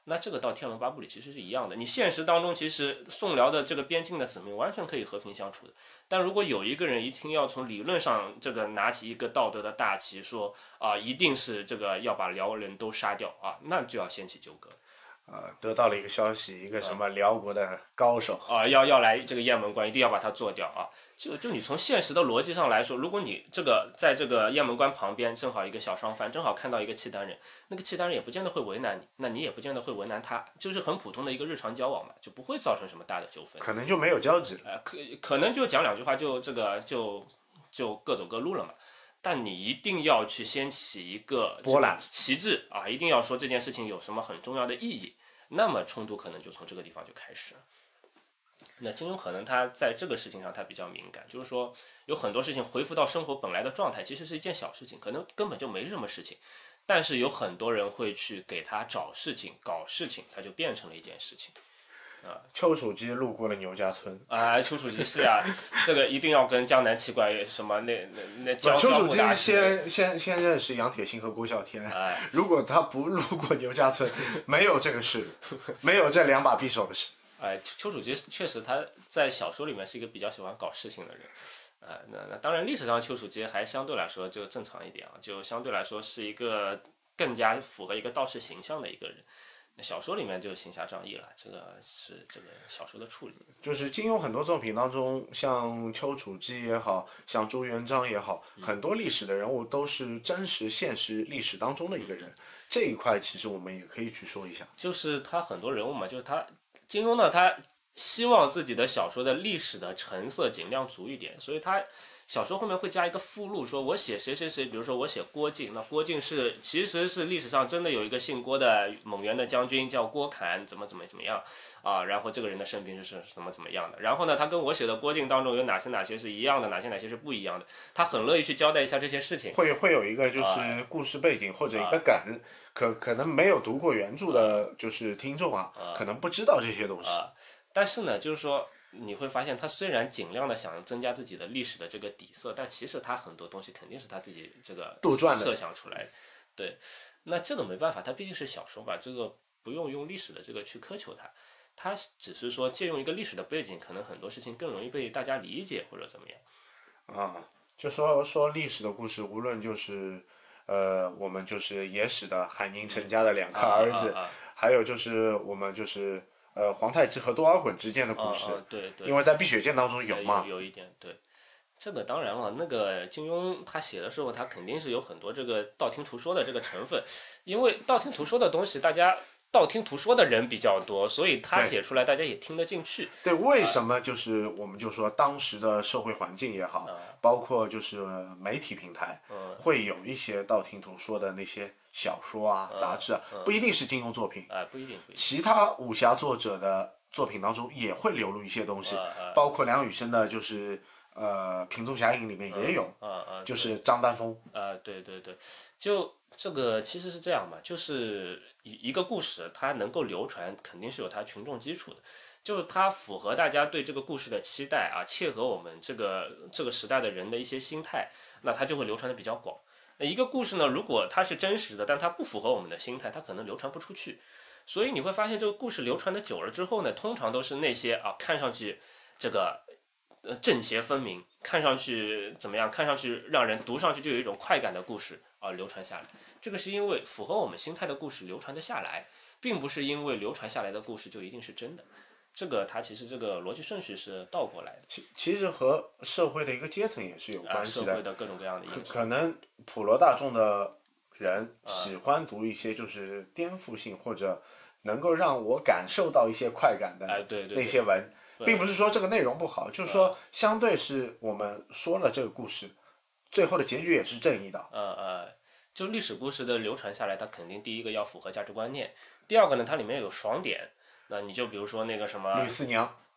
那这个到天龙八部里其实是一样的。你现实当中其实宋辽的这个边境的子民完全可以和平相处的，但如果有一个人一定要从理论上这个拿起一个道德的大旗说一定是这个要把辽人都杀掉那就要掀起纠葛。 得到了一个消息，一个什么辽国的高手要来这个雁门关，一定要把它做掉就你从现实的逻辑上来说，如果你这个在这个雁门关旁边正好一个小商贩，正好看到一个契丹人，那个契丹人也不见得会为难你，那你也不见得会为难他，就是很普通的一个日常交往嘛，就不会造成什么大的纠纷， 可能就没有交集可能就讲两句话就这个就各走各路了嘛。但你一定要去掀起一个波澜旗帜一定要说这件事情有什么很重要的意义，那么冲突可能就从这个地方就开始了。那金庸可能他在这个事情上他比较敏感，就是说有很多事情恢复到生活本来的状态，其实是一件小事情，可能根本就没什么事情，但是有很多人会去给他找事情、搞事情，他就变成了一件事情。 丘处机路过了牛家村丘处机是这个一定要跟江南七怪什么那丘处机交互先认识杨铁心和郭啸天，如果他不路过牛家村，没有这个事，没有这两把匕首的事。 丘处机确实他在小说里面是一个比较喜欢搞事情的人。那当然历史上丘处机还相对来说就正常一点就相对来说是一个更加符合一个道士形象的一个人。小说里面就行侠仗义了，这个是这个小说的处理。 就是金庸很多作品当中，像丘处机也好，像朱元璋也好，很多历史的人物都是真实现实历史当中的一个人。这一块其实我们也可以去说一下。 就是他很多人物嘛，就是金庸呢，他希望自己的小说的历史的成色尽量足一点，所以他小说后面会加一个附录，说我写谁谁谁，比如说我写郭靖，那郭靖其实是历史上真的有一个姓郭的蒙元的将军叫郭侃，怎么样然后这个人的生平是怎么样的，然后呢，他跟我写的郭靖当中有哪些是一样的，哪些是不一样的，他很乐意去交代一下这些事情。 会有一个就是故事背景或者一个梗，可能没有读过原著的就是听众可能不知道这些东西。 但是呢，就是说你会发现他虽然尽量的想增加自己的历史的这个底色，但其实他很多东西肯定是他自己这个杜撰的设想出来的。对，那这个没办法，他毕竟是小说吧，这个不用历史的这个去苛求他只是说借用一个历史的背景，可能很多事情更容易被大家理解或者怎么样。 就说历史的故事，无论就是我们就是野史的韩宁陈家的两个儿子，还有就是我们就是皇太极和多尔衮之间的故事， 对， 因为在碧血剑当中有嘛， 有一点对。这个当然了，那个金庸他写的时候，他肯定是有很多这个道听途说的这个成分，因为道听途说的东西，大家道听途说的人比较多，所以他写出来大家也听得进去。 对，为什么就是我们就说当时的社会环境也好，包括就是媒体平台，会有一些道听途说的那些小说杂志不一定是金庸作品， 不一定， 其他武侠作者的作品当中也会流露一些东西，包括梁羽生的就是平纵侠影里面也有，就是张丹峰， 对，就这个其实是这样嘛，就是一个故事它能够流传，肯定是有它群众基础的，就是它符合大家对这个故事的期待切合我们这个时代的人的一些心态，那它就会流传的比较广。那一个故事呢，如果它是真实的，但它不符合我们的心态，它可能流传不出去。所以你会发现，这个故事流传的久了之后呢，通常都是那些看上去这个正邪分明，看上去怎么样？看上去让人读上去就有一种快感的故事流传下来。这个是因为符合我们心态的故事流传得下来，并不是因为流传下来的故事就一定是真的。这个它其实这个逻辑顺序是倒过来的。 其实和社会的一个阶层也是有关系的， 社会的各种各样的因素。 可能普罗大众的人喜欢读一些就是颠覆性或者能够让我感受到一些快感的那些文，并不是说这个内容不好，就是说相对是我们说了这个故事，最后的结局也是正义的。 就历史故事的流传下来，它肯定第一个要符合价值观念，第二个呢，它里面有爽点。那你就比如说那个什么吕四娘，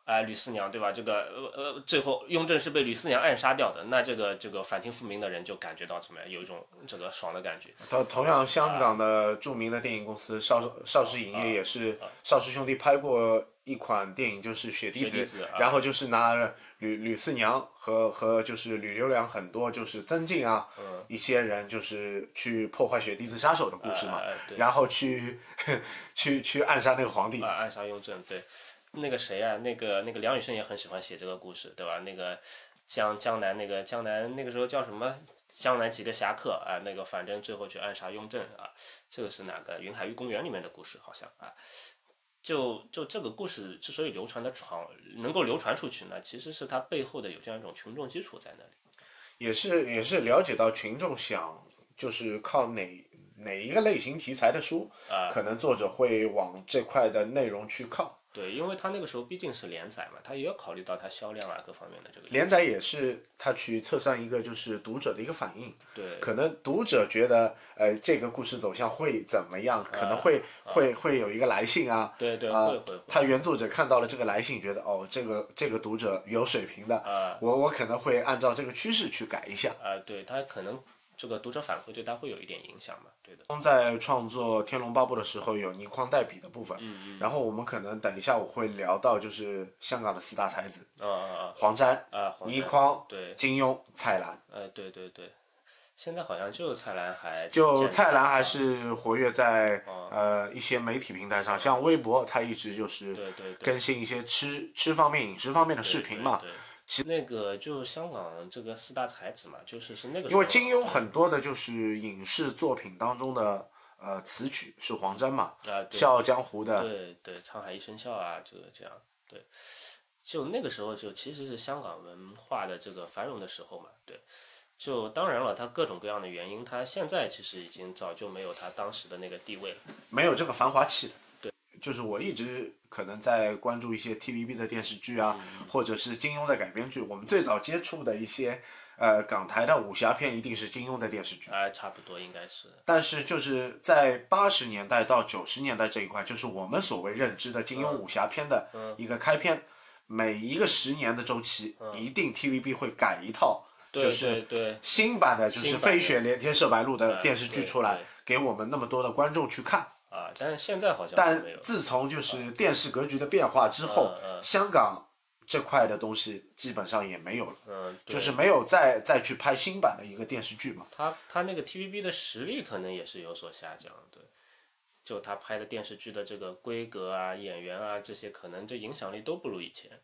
吕四娘对吧？这个最后雍正是被吕四娘暗杀掉的，那这个反清复明的人就感觉到怎么样？有一种这个爽的感觉。 同样，香港的著名的电影公司邵氏影业也是邵氏兄弟拍过一款电影，就是雪滴子，然后就是拿吕四娘和就是吕留良很多就是曾静啊、一些人就是去破坏雪滴子杀手的故事嘛，然后去暗杀那个皇帝， 暗杀雍正，对。那个谁啊，那个梁羽生也很喜欢写这个故事，对吧？那个江南那个时候叫什么？江南几个侠客啊，那个反正最后去暗杀雍正啊，这个是哪个云海玉公园里面的故事好像啊。就这个故事之所以能够流传出去呢，其实是它背后的有这样一种群众基础在那里。 也是了解到群众想就是靠哪一个类型题材的书，可能作者会往这块的内容去靠。 对，因为他那个时候毕竟是连载嘛，他也要考虑到他销量啊各方面的这个。 连载也是他去测算一个就是读者的一个反应。 对。 可能读者觉得这个故事走向会怎么样，可能会有一个来信啊。 对，会。 他原作者看到了这个来信，觉得这个读者有水平的，我可能会按照这个趋势去改一下。 对，他可能。这个读者反馈对他会有一点影响嘛？对的。 在创作《天龙八部》的时候有倪匡代笔的部分，然后我们可能等一下我会聊到就是香港的四大才子，黄沾、倪匡、 对， 金庸、蔡澜。 对，现在好像就蔡澜还是活跃在一些媒体平台上，像微博，他一直就是更新一些吃方面、饮食方面的视频嘛。 其实那个就香港这个四大才子嘛，就是那个时候。 因为金庸很多的就是影视作品当中的词曲是黄沾嘛，笑傲江湖的。 对，沧海一声笑啊，这样对。就那个时候就其实是香港文化的这个繁荣的时候嘛，对。就当然了，它各种各样的原因，它现在其实已经早就没有它当时的那个地位了， 没有这个繁华气的。对，就是我一直可能在关注一些 TVB 的电视剧啊，或者是金庸的改编剧。我们最早接触的一些港台的武侠片，一定是金庸的电视剧。 差不多应该是。 但是就是在80年代到90年代这一块，就是我们所谓认知的金庸武侠片的一个开篇，每一个10年的周期，一定 TVB 会改一套。就是新版的，就是飞雪连天射白鹿的电视剧出来，给我们那么多的观众去看。 但是现在好像没有。 但自从就是电视格局的变化之后，香港这块的东西基本上也没有了。就是没有再去拍新版的一个电视剧嘛。 他那个 TVB 的实力可能也是有所下降，对。就他拍的电视剧的这个规格啊、演员啊这些，可能这影响力都不如以前。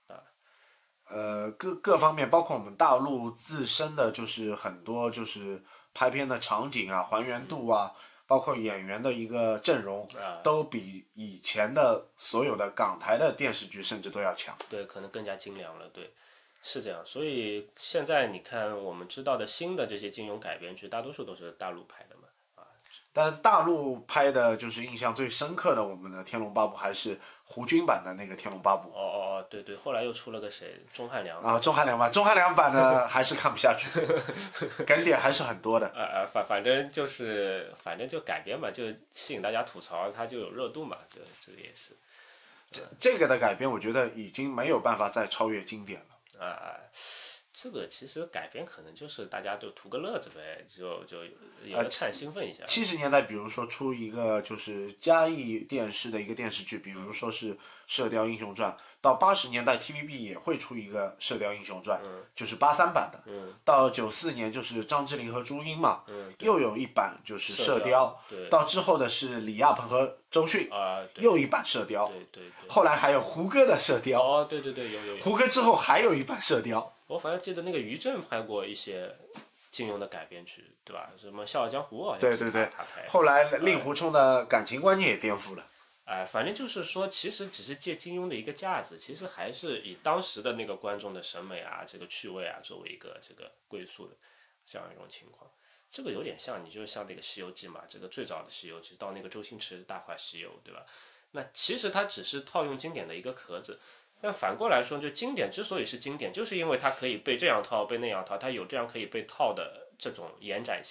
各方面，包括我们大陆自身的就是很多就是拍片的场景啊、还原度啊，包括演员的一个阵容，都比以前的所有的港台的电视剧甚至都要强。 对，可能更加精良了，对，是这样。所以现在你看我们知道的新的这些金庸改编剧，大多数都是大陆拍的嘛， 但大陆拍的就是印象最深刻的，我们的《天龙八部》还是胡军版的那个《天龙八部》。 对，后来又出了个谁，钟汉良钟汉良版的还是看不下去，梗点还是很多的。 反正就改编嘛，就吸引大家吐槽，它就有热度嘛，对，这个也是。 这个的改编，我觉得已经没有办法再超越经典了。 这个其实改编可能就是大家就图个乐子呗，就有个看兴奋一下。 70年代，比如说出一个就是嘉义电视的一个电视剧，比如说是《射雕英雄传》，到80年代 TVB 也会出一个《射雕英雄传》，就是83版的。到94年就是张智霖和朱茵嘛，又有一版就是《射雕》。到之后的是李亚鹏和周迅，又一版《射雕》。 对。 后来还有胡歌的《射雕》。 对，有。 胡歌之后还有一版《射雕》。 我反正记得那个于正拍过一些金庸的改编剧，对吧？什么《笑傲江湖》好像是他拍。 后来令狐冲的感情观念也颠覆了。 反正就是说，其实只是借金庸的一个架子，其实还是以当时的那个观众的审美啊、这个趣味啊作为一个这个归宿的这样一种情况。这个有点像，你就像那个《西游记》嘛，这个最早的《西游记》到那个周星驰《大话西游》，对吧？那其实它只是套用经典的一个壳子。但反过来说，就经典之所以是经典，就是因为它可以被这样套、被那样套，它有这样可以被套的这种延展性，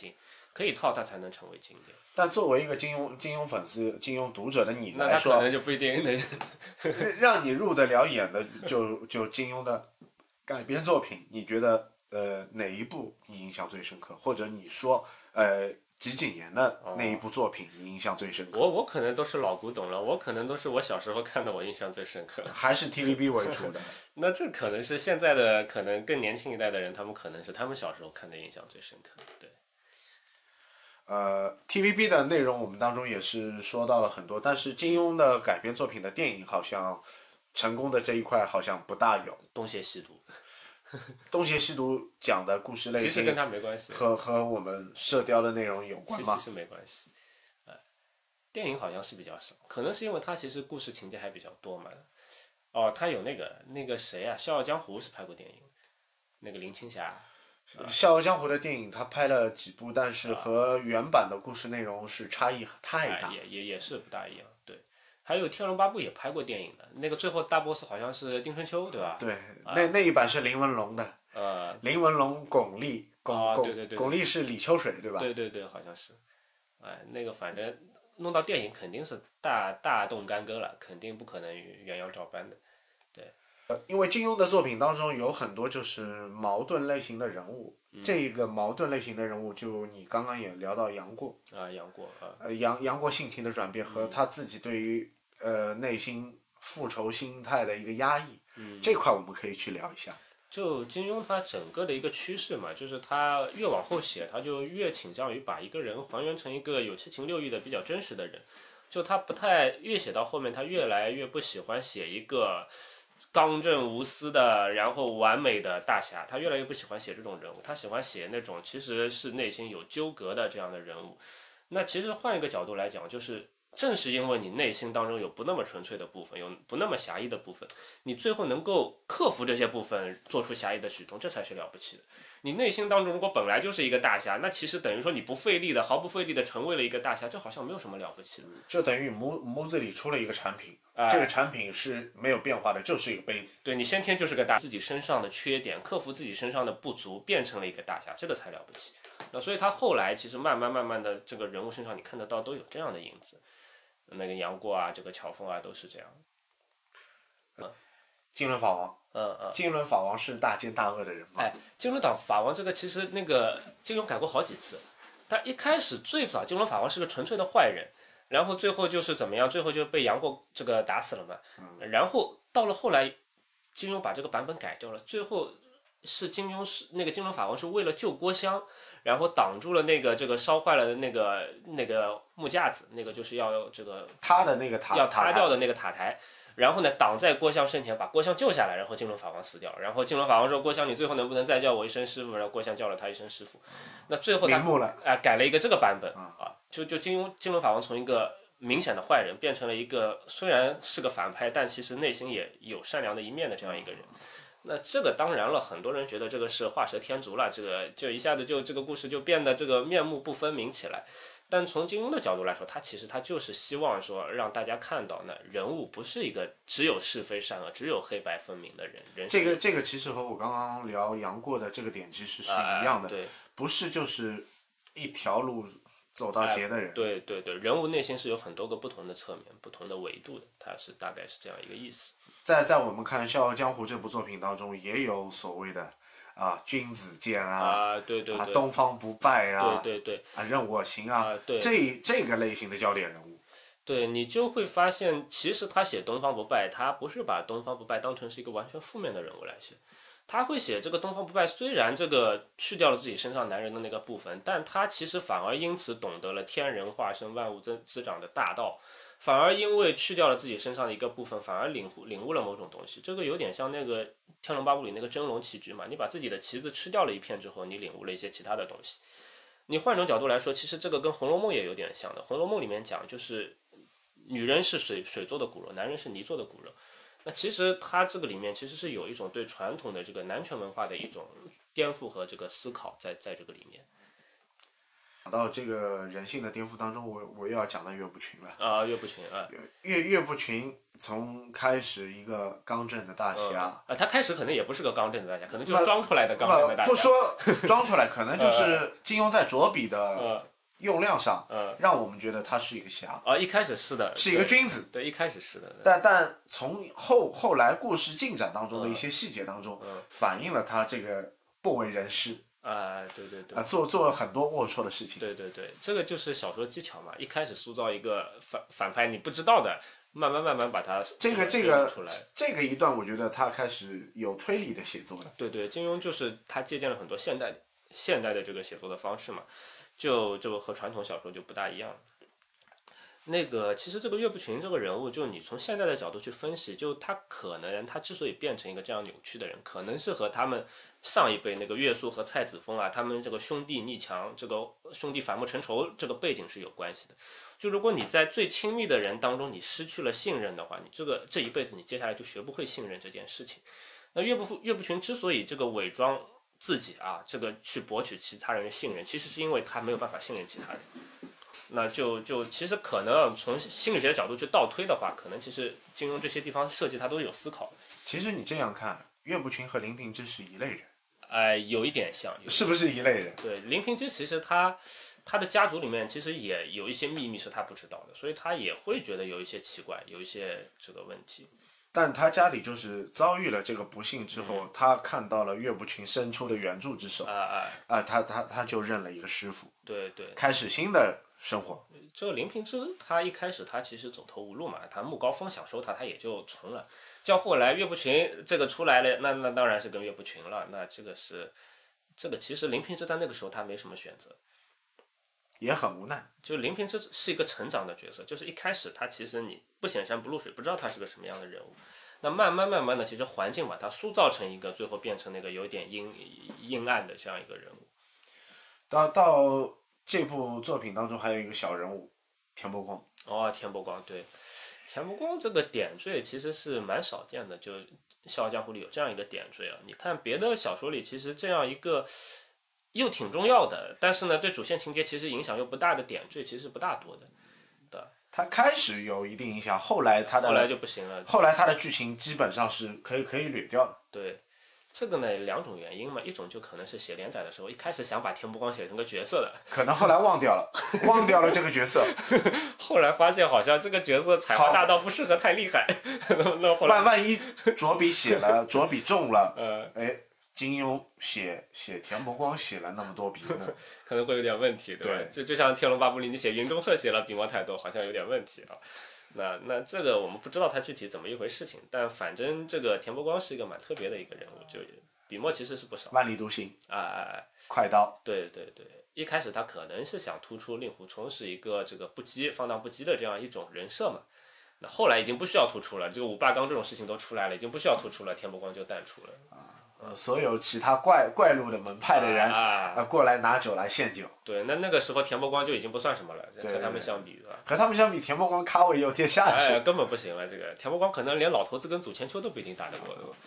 可以套它才能成为经典。 但作为一个金庸粉丝、金庸读者的你那他可来说， 能就不一定能让你入得了眼的就金庸的改编作品，你觉得哪一部你印象最深刻？或者你说几年的那一部作品你印象最深刻？ 我可能都是老古董了，我可能都是我小时候看的，我印象最深刻。 还是 TVB 为主的？ 那这可能是现在的可能更年轻一代的人，他们可能是他们小时候看的印象最深刻。对。 TVB 的内容我们当中也是说到了很多，但是金庸的改编作品的电影好像成功的这一块好像不大有。 东邪西毒， 东邪西毒讲的故事类型其实跟他没关系， 和我们射雕的内容有关吗？ 其实是没关系。电影好像是比较少，可能是因为它其实故事情节还比较多嘛。哦，他有那个谁啊，《笑傲江湖》是拍过电影，那个林青霞。 《笑傲江湖》的电影他拍了几部，但是和原版的故事内容是差异太大。 也是不大一样。对，还有《天龙八部》也拍过电影的，那个最后大 boss 好像是丁春秋，对吧？ 对，那一版是林文龙的。林文龙、巩俐， 对， 巩俐是李秋水，对吧？ 对，好像是。那个反正弄到电影肯定是大动干戈了，肯定不可能原样照搬的。对。 因为金庸的作品当中有很多就是矛盾类型的人物，这个矛盾类型的人物，就你刚刚也聊到杨过杨过杨过性情的转变和他自己对于内心复仇心态的一个压抑，这块我们可以去聊一下。 就金庸他整个的一个趋势嘛，就是他越往后写，他就越倾向于把一个人还原成一个有七情六欲的比较真实的人，就他不太越写到后面，他越来越不喜欢写一个刚正无私的，然后完美的大侠，他越来越不喜欢写这种人物，他喜欢写那种其实是内心有纠葛的这样的人物。那其实换一个角度来讲，就是正是因为你内心当中有不那么纯粹的部分，有不那么侠义的部分，你最后能够克服这些部分，做出侠义的举动，这才是了不起的。你内心当中如果本来就是一个大侠，那其实等于说你不费力的、毫不费力的成为了一个大侠，这好像没有什么了不起的。 就等于模子里出了一个产品，这个产品是没有变化的，就是一个杯子。 对，你先天就是个大，自己身上的缺点，克服自己身上的不足，变成了一个大侠，这个才了不起。那所以他后来其实慢慢的，这个人物身上你看得到都有这样的影子。那个杨过啊，这个乔峰啊，都是这样。 金轮法王，金轮法王是大奸大恶的人吗？ 金轮法王这个其实那个金庸改过好几次。他一开始最早金轮法王是个纯粹的坏人，然后最后就是怎么样？最后就被杨过这个打死了嘛。然后到了后来，金庸把这个版本改掉了，最后是金庸是那个金轮法王是为了救郭襄，然后挡住了那个这个烧坏了的那个木架子，那个就是要这个他的那个塔要塌掉的那个塔台。然后呢，挡在郭襄身前，把郭襄救下来，然后金轮法王死掉。然后金轮法王说：“郭襄，你最后能不能再叫我一声师傅？”然后郭襄叫了他一声师傅。那最后他改了一个这个版本就金轮法王从一个明显的坏人变成了一个虽然是个反派，但其实内心也有善良的一面的这样一个人。那这个当然了，很多人觉得这个是画蛇添足了，这个就一下子就这个故事就变得这个面目不分明起来。但从金庸的角度来说，他其实他就是希望说让大家看到，那人物不是一个只有是非善恶、只有黑白分明的人。 这个其实和我刚刚聊杨过的这个点其实是一样的， 对， 不是就是一条路走到结的人。 对，人物内心是有很多个不同的侧面、不同的维度的，它是大概是这样一个意思。 在我们看《笑傲江湖》这部作品当中，也有所谓的君子剑对， 东方不败对任我行对， 这个类型的焦点人物。 对，你就会发现，其实他写东方不败，他不是把东方不败当成是一个完全负面的人物来写。他会写这个东方不败，虽然这个去掉了自己身上男人的那个部分，但他其实反而因此懂得了天人化身、万物滋长的大道，反而因为去掉了自己身上的一个部分，反而领悟了某种东西。这个有点像那个《天龙八部》里那个真龙棋局嘛，你把自己的棋子吃掉了一片之后，你领悟了一些其他的东西。你换种角度来说，其实这个跟《红楼梦》也有点像的，《红楼梦》里面讲就是女人是水做的骨肉，男人是泥做的骨肉。那其实它这个里面其实是有一种对传统的这个男权文化的一种颠覆和这个思考在这个里面。 讲到这个人性的颠覆当中，我又要讲到岳不群了。 啊，岳不群啊， 岳不群从开始一个刚正的大侠， 他开始可能也不是个刚正的大侠，可能就是装出来的刚正的大侠。 不说装出来，可能就是金庸在着笔的用量上，让我们觉得他是一个侠。 一开始是的， 是一个君子。 对，一开始是的。 但从后来故事进展当中的一些细节当中，反映了他这个不为人师。 对， 做了很多龌龊的事情。 对，这个就是小说技巧嘛。一开始塑造一个反派，你不知道的，慢慢把它这个出来。 这个一段，我觉得他开始有推理的写作了。 对，金庸就是他借鉴了很多现代的这个写作的方式嘛，就和传统小说就不大一样。其实这个岳不群这个人物，就你从现在的角度去分析，就他之所以变成一个这样扭曲的人，可能是和他们上一辈那个岳肃和蔡子峰啊，他们这个兄弟逆强，这个兄弟反目成仇这个背景是有关系的。就如果你在最亲密的人当中你失去了信任的话，你这一辈子你接下来就学不会信任这件事情。那岳不群之所以这个伪装自己啊，这个去博取其他人的信任，其实是因为他没有办法信任其他人。那就其实可能从心理学的角度去倒推的话，可能其实金庸这些地方设计他都是有思考的。 其实你这样看，岳不群和林平之是一类人。 有一点像。 是不是一类人？ 对，林平之其实他的家族里面其实也有一些秘密是他不知道的，所以他也会觉得有一些奇怪，有一些这个问题。 但他家里就是遭遇了这个不幸之后，他看到了岳不群伸出的援助之手，他就认了一个师傅， 对， 开始新的生活。 这个林平之他一开始他其实走投无路嘛，他穆高峰想收他也就从了。叫后来岳不群这个出来了，那当然是跟岳不群了。那这个其实林平之在那个时候他没什么选择， 也很无奈。 就林平之是一个成长的角色，就是一开始他其实你不显山不露水，不知道他是个什么样的人物。那慢慢的，其实环境把他塑造成一个最后变成那个有点阴暗的这样一个人物。 到这部作品当中还有一个小人物田伯光。 田伯光，对，田伯光这个点缀其实是蛮少见的，就《笑傲江湖》里有这样一个点缀啊。你看别的小说里，其实这样一个又挺重要的，但是呢对主线情节其实影响又不大的点缀，其实是不大多的。 他开始有一定影响，后来就不行了。 后来他的剧情基本上是可以掠掉的。 对。这个呢，两种原因嘛，一种就可能是写连载的时候，一开始想把田伯光写成个角色的， 可能后来忘掉了这个角色， 后来发现好像这个角色才华大到不适合太厉害，那后来万一着笔重了，金庸写田伯光写了那么多笔墨， 可能会有点问题，对吧？就像《天龙八部》里你写云中鹤写了笔墨太多，好像有点问题啊。那这个我们不知道他具体怎么一回事情，但反正这个田伯光是一个蛮特别的一个人物，就笔墨其实是不少。 万里独行快刀。 对，一开始他可能是想突出令狐冲是一个这个放荡不羁的这样一种人设嘛，那后来已经不需要突出了，这个五霸纲这种事情都出来了，已经不需要突出了，田伯光就淡出了。 所有其他怪路的门派的人过来拿酒来献酒。 对，那个时候田伯光就已经不算什么了，和他们相比，对吧？ 和他们相比，田伯光咖位又天下去， 根本不行了。这个田伯光可能连老头子跟祖千秋都不一定打得过，对吧？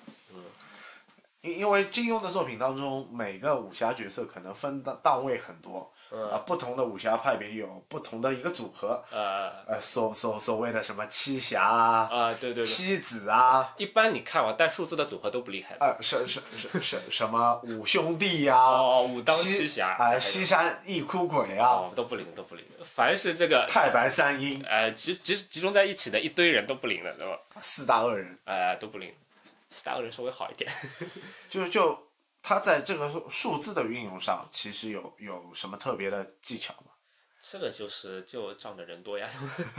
因为金庸的作品当中，每个武侠角色可能分的档位很多，不同的武侠派别有不同的一个组合，所谓的什么七侠对， 七子啊， 一般你看但数字的组合都不厉害什么五兄弟武当七侠西山一哭鬼都不灵，凡是这个太白三英集中在一起的一堆人都不灵的，对吧？ 四大恶人都不灵。四大恶人稍微好一点， 就他在这个数字的运用上，其实有什么特别的技巧吗？ 这个就仗着人多呀，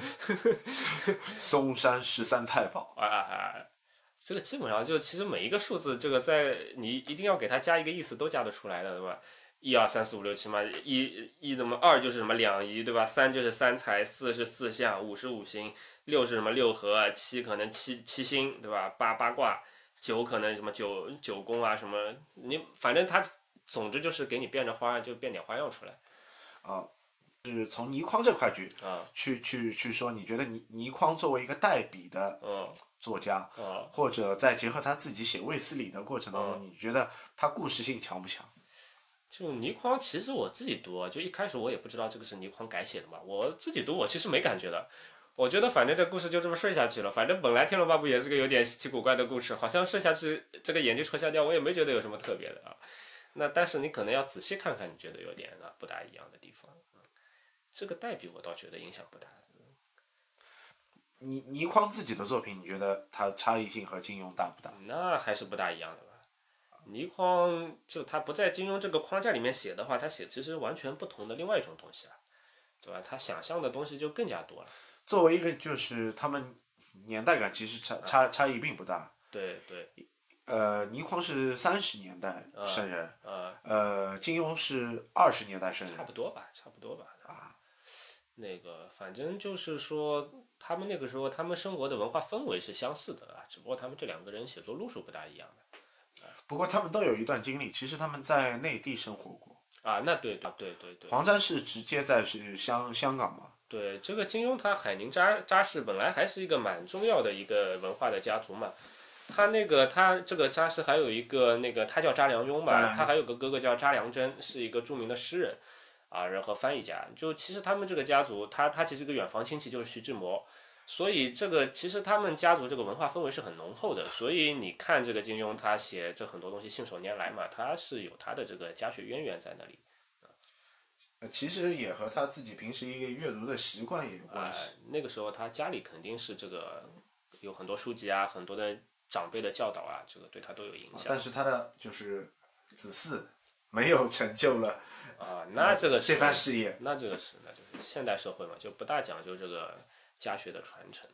嵩山13太保这个基本上其实每一个数字，这个在你一定要给它加一个意思，都加得出来的，对吧？1、2、3、4、5、6、7嘛，一怎么2就是什么两仪，对吧？3就是三才，4是四象，5是五行，6是什么六合，7可能七星，对吧？8卦，9可能什么九宫什么，你反正它总之就是给你变着花样，就变点花样出来。 是从倪匡这块去说，你觉得倪匡作为一个代笔的作家，或者再结合他自己写卫斯理的过程当中，你觉得他故事性强不强？ 就倪匡，其实我自己读啊，就一开始我也不知道这个是倪匡改写的嘛，我自己读我其实没感觉的。我觉得反正这故事就这么顺下去了，反正本来《天龙八部》也是个有点稀奇古怪的故事，好像顺下去这个眼睛戳瞎掉，我也没觉得有什么特别的啊。那但是你可能要仔细看看，你觉得有点不大一样的地方。这个代笔我倒觉得影响不大。 倪匡自己的作品，你觉得他差异性和金庸大不大？ 那还是不大一样的吧。倪匡就他不在金庸这个框架里面写的话，他写其实完全不同的另外一种东西啊，对吧？他想象的东西就更加多了。 作为一个就是他们年代感其实差异并不大。 对对。 倪匡是30年代生人，金庸是20年代生人， 差不多吧。啊，那个反正就是说，他们那个时候他们生活的文化氛围是相似的啊，只不过他们这两个人写作路数不大一样的。 不过他们都有一段经历，其实他们在内地生活过。 啊，那对。 黄沾是直接在香港嘛？ 对，这个金庸他海宁扎氏本来还是一个蛮重要的一个文化的家族嘛。他这个扎氏还有一个他叫查良镛嘛，他还有个哥哥叫查良铮，是一个著名的诗人啊，然后翻译家。就其实他们这个家族，他其实一个远房亲戚就是徐志摩，所以这个其实他们家族这个文化氛围是很浓厚的。所以你看这个金庸他写这很多东西信手拈来嘛，他是有他的这个家学渊源在那里。 其实也和他自己平时一个阅读的习惯也有关系。 那个时候他家里肯定是这个有很多书籍啊，很多的长辈的教导啊，这个对他都有影响。 但是他的就是子嗣没有成就了啊，那这个是这番事业。 那就是现代社会嘛，就不大讲究这个家学的传承。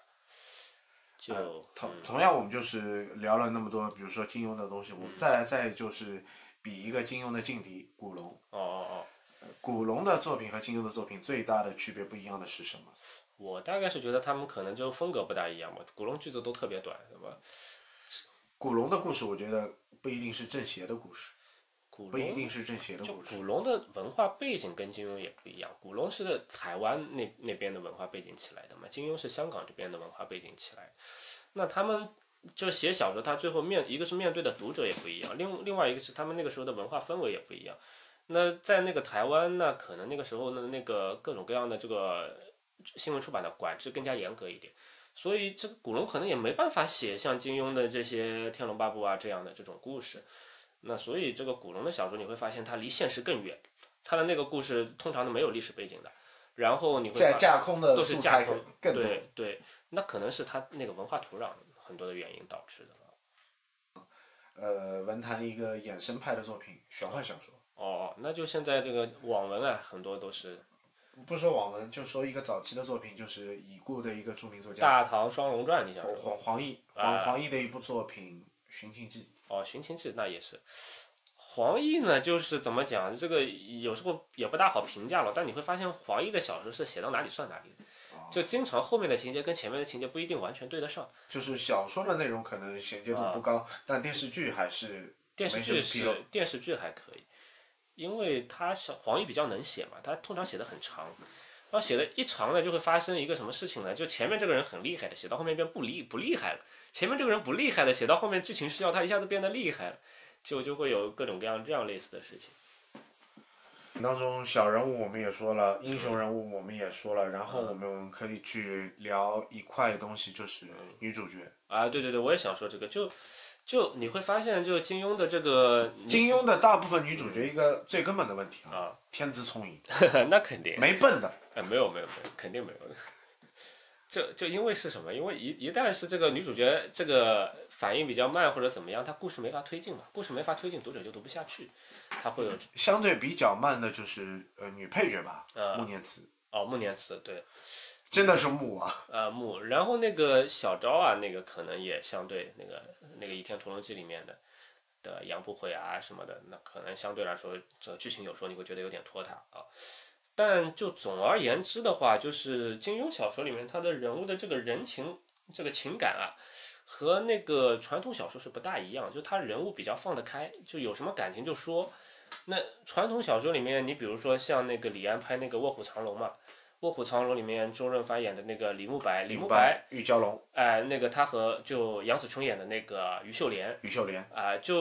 同样我们就是聊了那么多，比如说金庸的东西，我们再就是比一个金庸的劲敌古龙。古龙的作品和金庸的作品最大的区别不一样的是什么？ 我大概是觉得他们可能就风格不大一样吧。古龙句子都特别短，是吧？ 古龙的故事，我觉得不一定是正邪的故事，不一定是正邪的故事。 古龙的文化背景跟金庸也不一样，古龙是台湾那边的文化背景起来的嘛，金庸是香港这边的文化背景起来。那他们就写小说，他最后一个是面对的读者也不一样，另外一个是他们那个时候的文化氛围也不一样。那在那个台湾呢，可能那个时候的那个各种各样的这个新闻出版的管制更加严格一点，所以这个古龙可能也没办法写像金庸的这些《天龙八部》啊这样的这种故事。那所以这个古龙的小说你会发现它离现实更远，它的那个故事通常都没有历史背景的，然后你会发现架空的都是架空， 更多。 对，那可能是它那个文化土壤很多的原因导致的。 文坛一个衍生派的作品，玄幻小说。 那就现在这个网文啊，很多都是。 不说网文，就说一个早期的作品，就是已故的一个著名作家 《大唐双龙传》，你想说？ 黄奕的一部作品《寻秦记》。 寻秦记那也是。黄奕呢，就是怎么讲，这个有时候也不大好评价了。但你会发现，黄奕的小说是写到哪里算哪里的，就经常后面的情节跟前面的情节不一定完全对得上。 就是小说的内容可能衔接度不高，但电视剧还是电视剧还可以。因为黄奕比较能写嘛，他通常写的很长，然后写的一长呢，就会发生一个什么事情呢？就前面这个人很厉害的，写到后面变不厉害了；前面这个人不厉害的，写到后面剧情需要他一下子变得厉害了，就会有各种各样这样类似的事情。 当中小人物我们也说了，英雄人物我们也说了，然后我们可以去聊一块东西，就是女主角。 对，我也想说这个，就你会发现，就金庸的这个金庸的大部分女主角一个最根本的问题天资聪颖。 那肯定没笨的。 没有，肯定没有。就因为是什么？因为一旦是这个女主角这个反应比较慢或者怎么样，她故事没法推进嘛，故事没法推进，读者就读不下去，她会有相对比较慢的就是女配角吧，穆念慈。 穆念慈对。 真的是木啊！ 木，然后那个小昭啊，那个可能也相对那个《倚天屠龙记》里面的杨不悔啊什么的，那可能相对来说，这剧情有时候你会觉得有点拖沓啊。但就总而言之的话，就是金庸小说里面他的人物的这个人情这个情感啊，和那个传统小说是不大一样，就他人物比较放得开，就有什么感情就说。那传统小说里面，你比如说像那个李安拍那个《卧虎藏龙》嘛。《卧虎藏龙》里面周润发演的那个李慕白， 玉娇龙， 那个他和就杨紫琼演的那个于秀莲， 就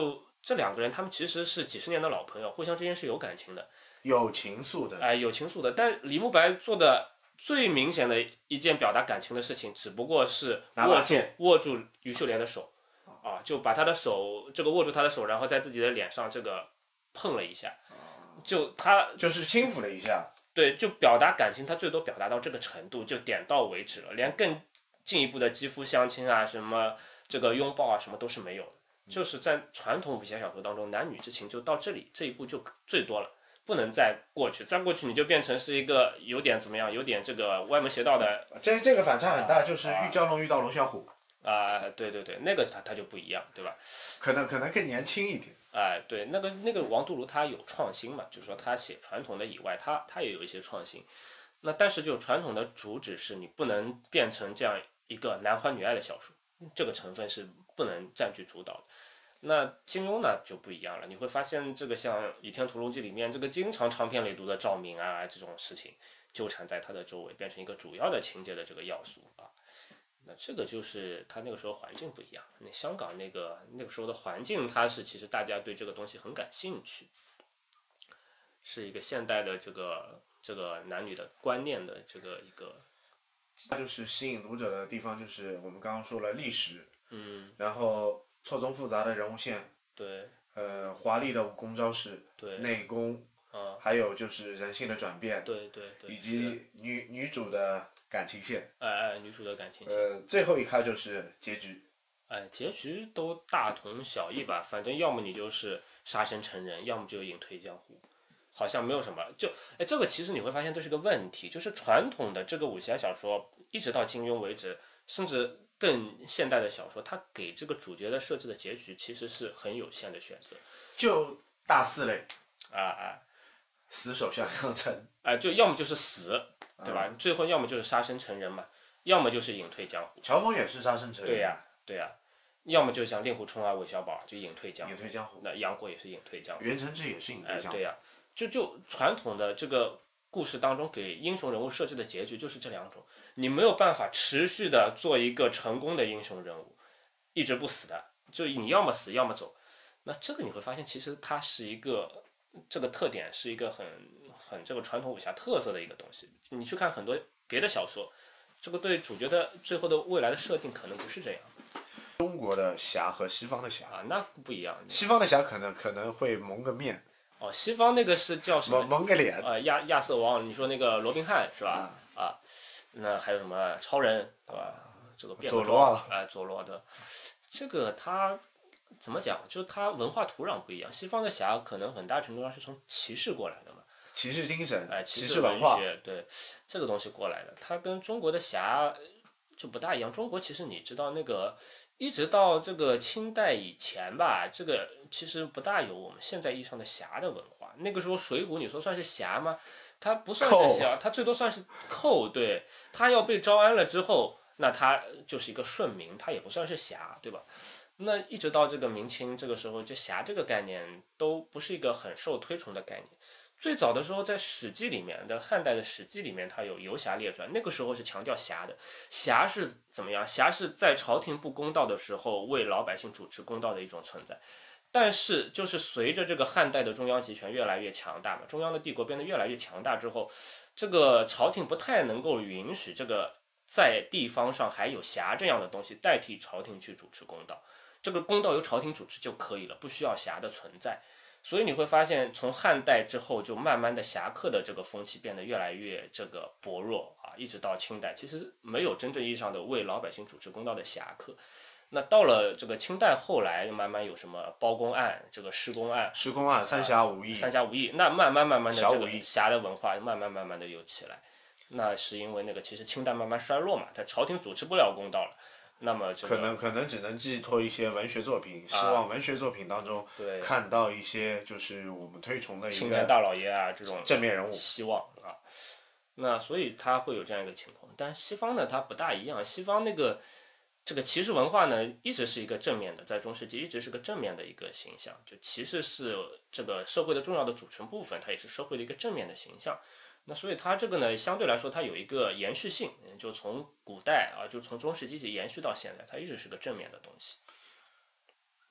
这两个人他们其实是几十年的老朋友，互相之间是有感情的， 有情愫的。 有情愫的。但李慕白做的最明显的一件表达感情的事情，只不过是握住于秀莲的手，就把他的手握住他的手，然后在自己的脸上碰了一下， 就是轻抚了一下。 对，就表达感情，他最多表达到这个程度，就点到为止了，连更进一步的肌肤相亲啊，什么这个拥抱啊，什么都是没有的。就是在传统武侠小说当中，男女之情就到这里，这一步就最多了，不能再过去，再过去你就变成是一个有点怎么样，有点这个歪门邪道的。 这个反差很大，就是玉娇龙遇到龙小虎。 对，那个他就不一样，对吧？ 可能更年轻一点。 对，那个王杜庐他有创新嘛，就是说他写传统的以外，他也有一些创新。那但是就传统的主旨是你不能变成这样一个男欢女爱的小说，这个成分是不能占据主导的。那金庸呢就不一样了，你会发现这个像《倚天屠龙记》里面这个经常长篇累牍的赵敏啊这种事情纠缠在他的周围，变成一个主要的情节的这个要素啊。那这个就是他那个时候环境不一样，那香港那个时候的环境，它是其实大家对这个东西很感兴趣，是一个现代的这个男女的观念的这个一个。 它就是吸引读者的地方，就是我们刚刚说了历史，然后错综复杂的人物线， 对， 华丽的武功招式， 对， 内功，还有就是人性的转变， 对， 以及女主的感情线， 女主的感情线， 最后一开就是结局， 结局都大同小异吧，反正要么你就是杀身成仁，要么就隐退江湖。好像没有什么，这个其实你会发现这是个问题，就是传统的这个武侠小说，一直到金庸为止，甚至更现代的小说，它给这个主角的设置的结局其实是很有限的选择， 就大四类，死守襄阳城， 就要么就是死，对吧？最后要么就是杀身成仁嘛，要么就是隐退江湖。 乔峰也是杀身成仁。 对呀，要么就像令狐冲啊、韦小宝就隐退江湖。 那杨过也是隐退江湖。 袁承志也是隐退江湖。 对呀。就传统的这个故事当中给英雄人物设置的结局就是这两种，你没有办法持续的做一个成功的英雄人物，一直不死的，就你要么死要么走。那这个你会发现，其实它是一个这个特点是一个很这个传统武侠特色的一个东西。你去看很多别的小说，这个对主角的最后的未来的设定可能不是这样。 中国的侠和西方的侠那不一样。 西方的侠可能会蒙个面。 西方那个是叫什么？ 蒙个脸。 亚瑟王，你说那个罗宾汉是吧？那还有什么超人对吧？这个佐罗佐罗的，这个他怎么讲？就是他文化土壤不一样。西方的侠可能很大程度上是从骑士过来的嘛， 骑士精神， 骑士文化， 对这个东西过来的。他跟中国的侠就不大一样。中国其实你知道那个。一直到这个清代以前吧，这个其实不大有我们现在意义上的侠的文化。那个时候《水浒》你说算是侠吗？他不算是侠，他最多算是寇。对，他要被招安了之后，那他就是一个顺民，他也不算是侠，对吧？那一直到这个明清这个时候，就侠这个概念都不是一个很受推崇的概念。最早的时候，在《史记》里面的汉代的《史记》里面，它有《游侠列传》，那个时候是强调侠的。侠是怎么样？侠是在朝廷不公道的时候，为老百姓主持公道的一种存在。但是，就是随着这个汉代的中央集权越来越强大嘛，中央的帝国变得越来越强大之后，这个朝廷不太能够允许这个在地方上还有侠这样的东西代替朝廷去主持公道。这个公道由朝廷主持就可以了，不需要侠的存在。所以你会发现，从汉代之后，就慢慢的侠客的这个风气变得越来越这个薄弱一直到清代，其实没有真正意义上的为老百姓主持公道的侠客。那到了这个清代后来，慢慢有什么包公案、这个施公案、 三侠五义， 那慢慢的这个侠的文化慢慢的有起来。那是因为那个其实清代慢慢衰落嘛，它朝廷主持不了公道了。那么可能只能寄托一些文学作品，希望文学作品当中看到一些就是我们推崇的一个青年大老爷这种正面人物希望那所以他会有这样一个情况。但是西方呢，它不大一样。西方这个骑士文化呢，一直是一个正面的，在中世纪一直是个正面的一个形象。就骑士是这个社会的重要的组成部分，它也是社会的一个正面的形象。那所以它这个呢，相对来说它有一个延续性，就从古代就从中世纪延续到现在，它一直是个正面的东西。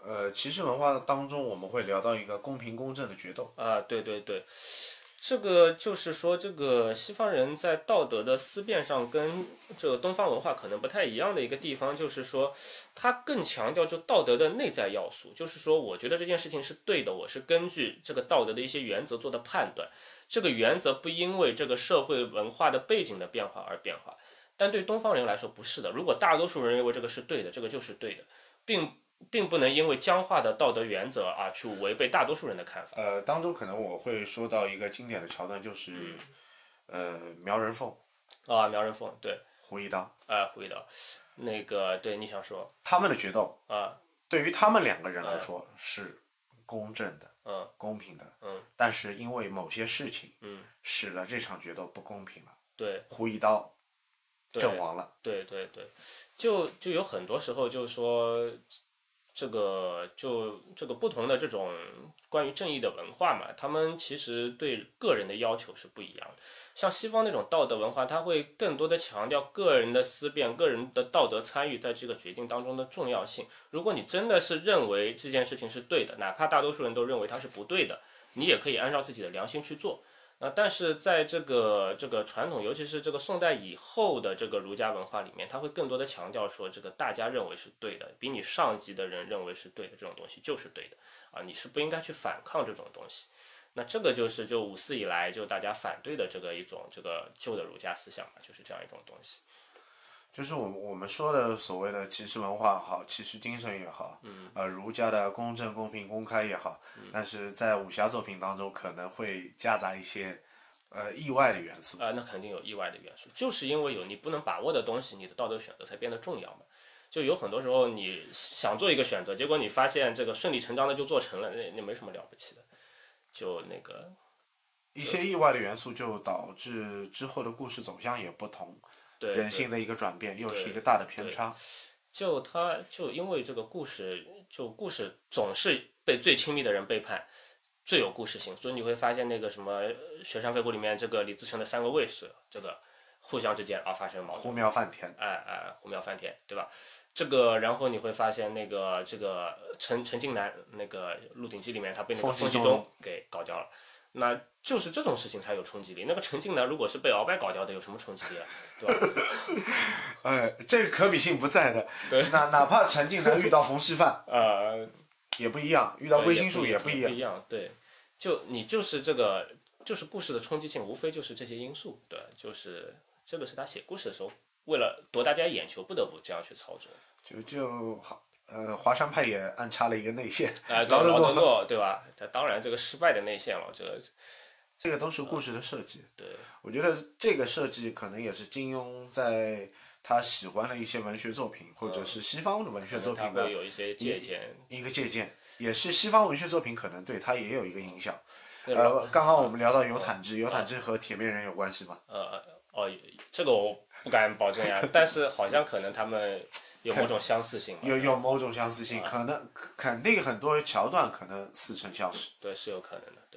骑士文化当中我们会聊到一个公平公正的决斗。 啊，对对对，这个就是说，这个西方人在道德的思辨上跟这个东方文化可能不太一样的一个地方，就是说，他更强调就道德的内在要素，就是说，我觉得这件事情是对的，我是根据这个道德的一些原则做的判断，这个原则不因为这个社会文化的背景的变化而变化。但对东方人来说不是的，如果大多数人认为这个是对的，这个就是对的，并不能因为僵化的道德原则啊去违背大多数人的看法。 当中可能我会说到一个经典的桥段，就是，苗人凤啊，苗人凤对， 胡一刀， 胡一刀，那个对你想说他们的决斗啊， 对于他们两个人来说是公正的，公平的，但是因为某些事情，使得这场决斗不公平了， 对， 胡一刀阵亡了， 对对对，就有很多时候就是说。这个不同的这种关于正义的文化嘛，他们其实对个人的要求是不一样的。像西方那种道德文化，它会更多的强调个人的思辨、个人的道德参与在这个决定当中的重要性。如果你真的是认为这件事情是对的，哪怕大多数人都认为它是不对的，你也可以按照自己的良心去做。但是在这个传统，尤其是这个宋代以后的这个儒家文化里面，它会更多的强调说，这个大家认为是对的，比你上级的人认为是对的这种东西就是对的啊，你是不应该去反抗这种东西。那这个就是五四以来就大家反对的这个一种这个旧的儒家思想嘛，就是这样一种东西。 就是我们说的所谓的骑士文化好，骑士精神也好，儒家的公正、公平、公开也好，但是在武侠作品当中可能会夹杂一些意外的元素。 那肯定有意外的元素，就是因为有你不能把握的东西，你的道德选择才变得重要嘛。就有很多时候你想做一个选择，结果你发现这个顺理成章的就做成了，那没什么了不起的。就那个一些意外的元素就导致之后的故事走向也不同。人性的一个转变，又是一个大的偏差。 就因为这个故事总是被最亲密的人背叛，最有故事性，所以你会发现那个什么《雪山飞狐》里面这个李自成的3个卫士，这个互相之间发生矛盾， 胡苗梵田， 胡苗梵田，对吧？这个然后你会发现那个这个陈近南那个《鹿鼎记》里面他被那个风纪中给搞掉了。那就是这种事情才有冲击力。那个陈近南如果是被鳌拜搞掉的，有什么冲击力啊？对吧？ 这个可比性不在的。对，哪怕陈近南遇到冯锡范，也不一样，遇到归心术也不一样。 不一样，对，就是这个，就是故事的冲击性，无非就是这些因素，对，就是这个是他写故事的时候，为了夺大家眼球，不得不这样去操作。 就好。华山派也安插了一个内线， 劳德诺对吧？当然这个失败的内线了， 这个都是故事的设计。 对， 我觉得这个设计可能也是金庸在他喜欢的一些文学作品，或者是西方的文学作品的有一些借鉴， 一个借鉴，也是西方文学作品可能对他也有一个影响。刚刚我们聊到游坦之，游坦之和铁面人有关系吗？ 这个我不敢保证呀，但是好像可能他们。有某种相似性， 有某种相似性，肯定很多桥段可能似曾相识。 对，是有可能的。对，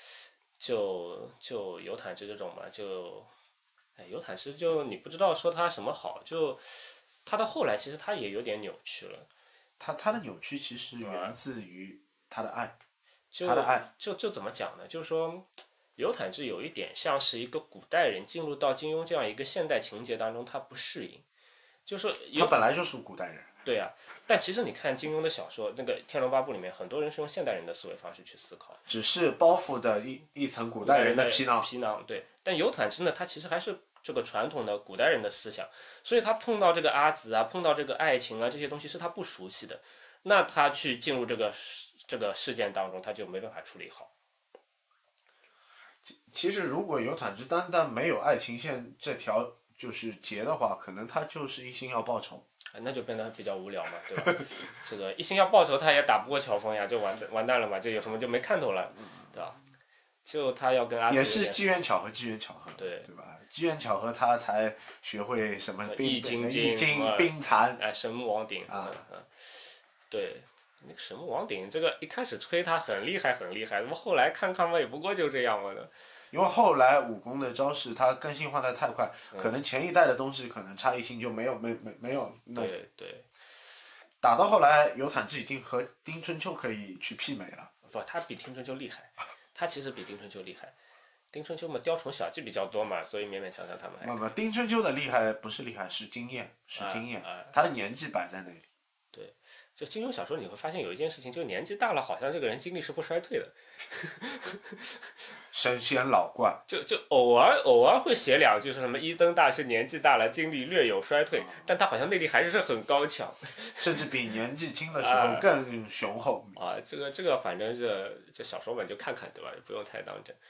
就游坦之这种嘛，游坦之就你不知道说他什么好，就他到后来其实他也有点扭曲了。 他的扭曲其实源自于他的爱， 就怎么讲呢？就是说，游坦之有一点像是一个古代人进入到金庸这样一个现代情节当中，他不适应。就是他本来就是古代人， 对呀。但其实你看金庸的小说，那个《天龙八部》里面，很多人是用现代人的思维方式去思考， 只是包覆着一层古代人的皮囊。对，但游坦之呢，他其实还是这个传统的古代人的思想，所以他碰到这个阿紫啊，碰到这个爱情啊，这些东西是他不熟悉的，那他去进入这个事件当中，他就没办法处理好。 其实，如果游坦之单单没有爱情线这条就是结的话，可能他就是一心要报仇， 那就变得比较无聊嘛，对吧？这个一心要报仇，他也打不过乔峰呀，就完蛋了嘛，就有什么就没看头了，对吧？就他要跟阿紫也是机缘巧合，对吧？机缘巧合，他才学会什么易筋、 冰蚕， 神木王鼎对，那个神木王鼎这个一开始吹他很厉害，那么后来看嘛，也不过就这样嘛的。 因为后来武功的招式它更新换代太快，可能前一代的东西可能差异性就没有那。 对。 打到后来，尤坦之已经和丁春秋可以去媲美了。 不，他比丁春秋厉害，他其实比丁春秋厉害。丁春秋嘛，雕虫小技比较多嘛，所以勉勉强强他们还。 丁春秋的厉害不是厉害，是经验，是经验。他的年纪摆在那里。 对，就金庸小说你会发现有一件事情，就是年纪大了，好像这个人精力是不衰退的。 神仙老怪。 就偶尔会写两句，说什么一灯大师年纪大了，精力略有衰退，但他好像内力还是很高强， 甚至比年纪轻的时候更雄厚。 这个反正这小说们就看看对吧，也不用太当真。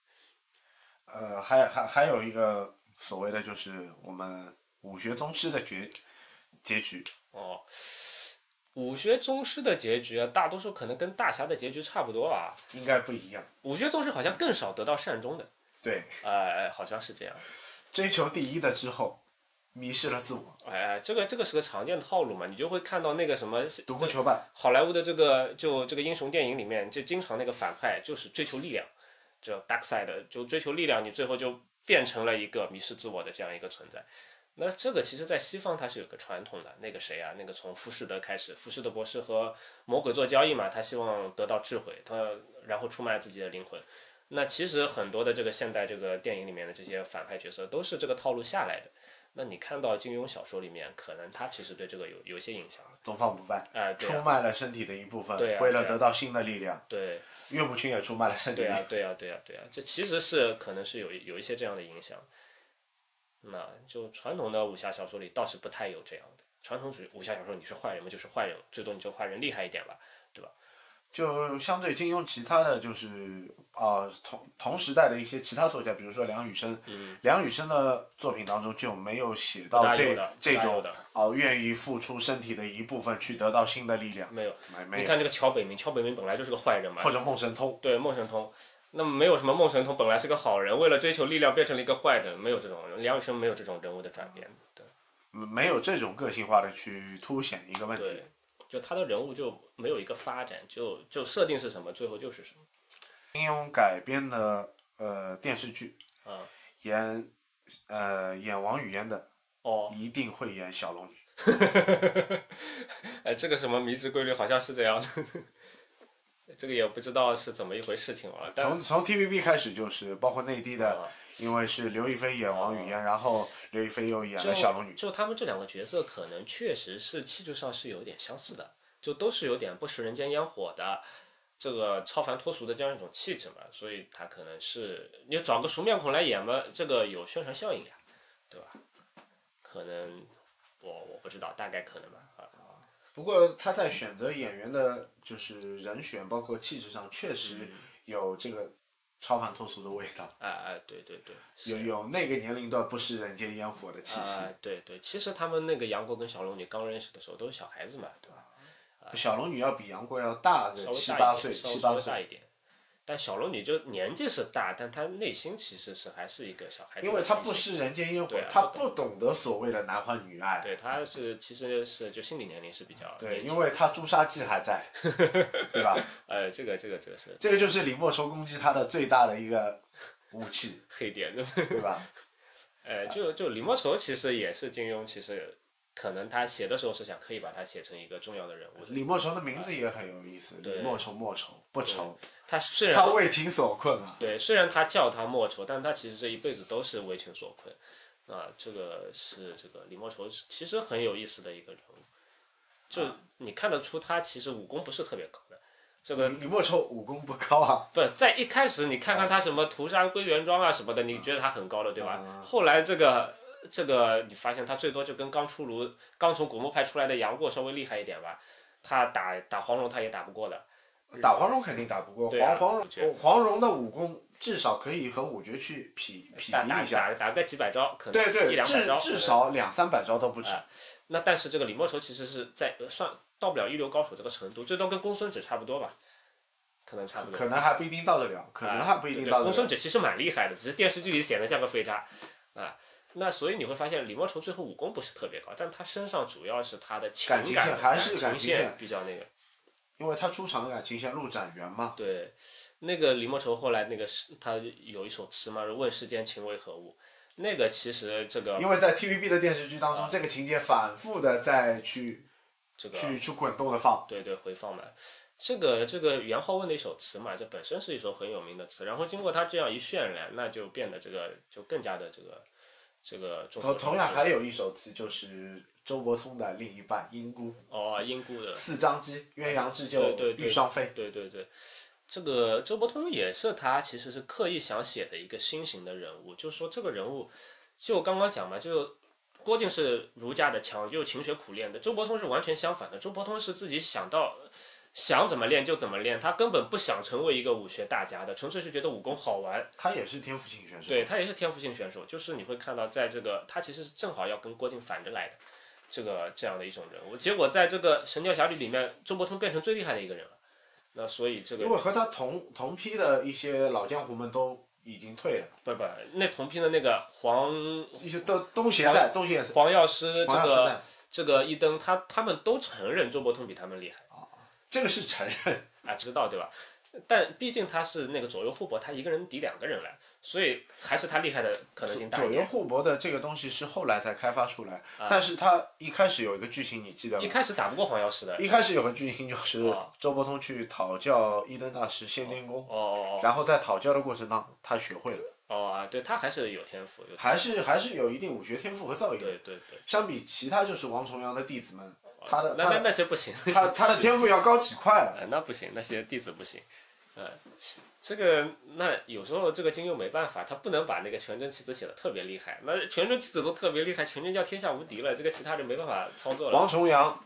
还有一个所谓的就是我们武学宗师的结局。 武学宗师的结局大多数可能跟大侠的结局差不多啊。 应该不一样。 武学宗师好像更少得到善终的。 对。 好像是这样。 追求第一的之后，迷失了自我。 这个是个常见套路嘛，你就会看到那个什么独孤求败。 好莱坞的这个英雄电影里面，就经常那个反派就是追求力量，叫 dark side， 就追求力量，你最后就变成了一个迷失自我的这样一个存在。那这个其实在西方它是有个传统的，那个谁啊，那个从浮士德开始，浮士德博士和魔鬼做交易嘛，他希望得到智慧，他然后出卖自己的灵魂。那其实很多的这个现代这个电影里面的这些反派角色都是这个套路下来的。那你看到金庸小说里面，可能他其实对这个有一些影响。 东方不败。 对出卖了身体的一部分， 对为了得到新的力量。 对。 岳不群也出卖了身体。 对啊，这其实是可能是有一些这样的影响。那就传统的武侠小说里倒是不太有这样的。传统武侠小说你是坏人嘛，就是坏人，最多你就坏人厉害一点吧，对吧？ 就相对金庸其他的就是同时代的一些其他作家，比如说梁羽生。梁羽生的作品当中就没有写到这种愿意付出身体的一部分去得到新的力量。 没有。你看这个乔北明本来就是个坏人嘛。 或者孟神通。 对，孟神通。那么没有什么孟神通本来是个好人，为了追求力量变成了一个坏人，没有这种梁羽生没有这种人物的转变。对。 没有这种个性化的去凸显一个问题。 对。就他的人物就没有一个发展，就设定是什么，最后就是什么。 金庸改编的电视剧，演王语嫣的，一定会演小龙女。 这个什么迷之规律好像是这样的。这个也不知道是怎么一回事情了。 从 TVB 开始就是包括内地的，因为是刘亦菲演王语嫣，然后刘亦菲又演了小龙女。 就他们这两个角色可能确实是气质上是有点相似的，就都是有点不食人间烟火的，这个超凡脱俗的这样一种气质嘛，所以他可能是你找个熟面孔来演嘛，这个有宣传效应呀，对吧？可能我不知道，大概可能吧。 不过他在选择演员的就是人选，包括气质上，确实有这个超凡脱俗的味道。 对。 有那个年龄段不食人间烟火的气息。 对，其实他们那个杨过跟小龙女刚认识的时候都是小孩子嘛，对吧？ 小龙女要比杨过要大个7、8岁， 稍微大一点。但小龙女就年纪是大，但她内心其实是还是一个小孩子。 因为她不食人间烟火，她不懂得所谓的男欢女爱。 对，她其实是就心理年龄是比较。 对，因为她朱砂记还在，对吧？ 这个是。 这个就是李莫愁攻击她的最大的一个武器。 黑点， 对吧？ 就李莫愁其实也是金庸，其实。可能他写的时候是想刻意把他写成一个重要的人物。 李莫愁的名字也很有意思，李莫愁莫愁不愁。 他为情所困啊。 对，虽然他叫他莫愁，但他其实这一辈子都是为情所困。这个是这个李莫愁其实很有意思的一个人物，就你看得出他其实武功不是特别高的。这个李莫愁武功不高啊。 不，在一开始你看看他什么屠杀归元庄啊什么的，你觉得他很高了，对吧？后来这个你发现他最多就跟刚从古墓派出来的杨过稍微厉害一点吧，他打黄蓉他也打不过的。 打黄蓉肯定打不过，黄蓉的武功至少可以和武绝去匹敌一下， 打个几百招，可能对 100-200招， 至少200-300招都不止。 那但是这个李莫愁其实是在到不了一流高手这个程度，最多跟公孙止差不多吧，可能差不多。 可能还不一定到得了， 公孙止其实蛮厉害的，只是电视剧里显得像个废渣那所以你会发现李莫愁最后武功不是特别高，但他身上主要是他的感情线还是感情线比较那个， 因为他出场的感情线陆展元嘛。 对，那个李莫愁后来那个他有一首词嘛，问世间情为何物，那个其实这个因为在 TVB 的电视剧当中，这个情节反复的再去这个去滚动的放。 对回放嘛。这个元好问的一首词嘛，这本身是一首很有名的词，然后经过他这样一渲染，那就变得这个就更加的这个众所周知。 同样还有一首词就是周伯通的另一半英姑。 英姑的四张机，鸳鸯织就欲双飞。 对，这个周伯通也是他其实是刻意想写的一个新型的人物，就是说这个人物就刚刚讲嘛，就郭靖是儒家的强，又勤学苦练的，周伯通是完全相反的。周伯通是自己想怎么练就怎么练，他根本不想成为一个武学大家的，纯粹是觉得武功好玩。 他也是天赋性选手。 对，他也是天赋性选手，就是你会看到在这个他其实正好要跟郭靖反着来的这样的一种人物，结果在这个《神雕侠侣》里面，周伯通变成最厉害的一个人了。那所以这个因为和他同批的一些老江湖们都已经退了。 不，那同批的那个一些东邪在， 黄药师这个一灯，他们都承认周伯通比他们厉害。 这个是承认知道对吧？但毕竟他是那个左右互搏，他一个人抵2个人来，所以还是他厉害的可能性大一点。 左右互搏的这个东西是后来才开发出来，但是他一开始有一个剧情，你记得吗？ 一开始打不过黄药师的。 一开始有个剧情就是周伯通去讨教一灯大师先天功，然后在讨教的过程当中，他学会了。 对，他还是有天赋， 还是有一定武学天赋和造诣。 对。相比其他就是王重阳的弟子们， 那些不行， 他的天赋要高几块了。 那不行，那些弟子不行。这个那有时候这个金庸没办法，他不能把那个全真七子写的特别厉害，那全真七子都特别厉害，全真叫天下无敌了，这个其他人没办法操作了。 王重阳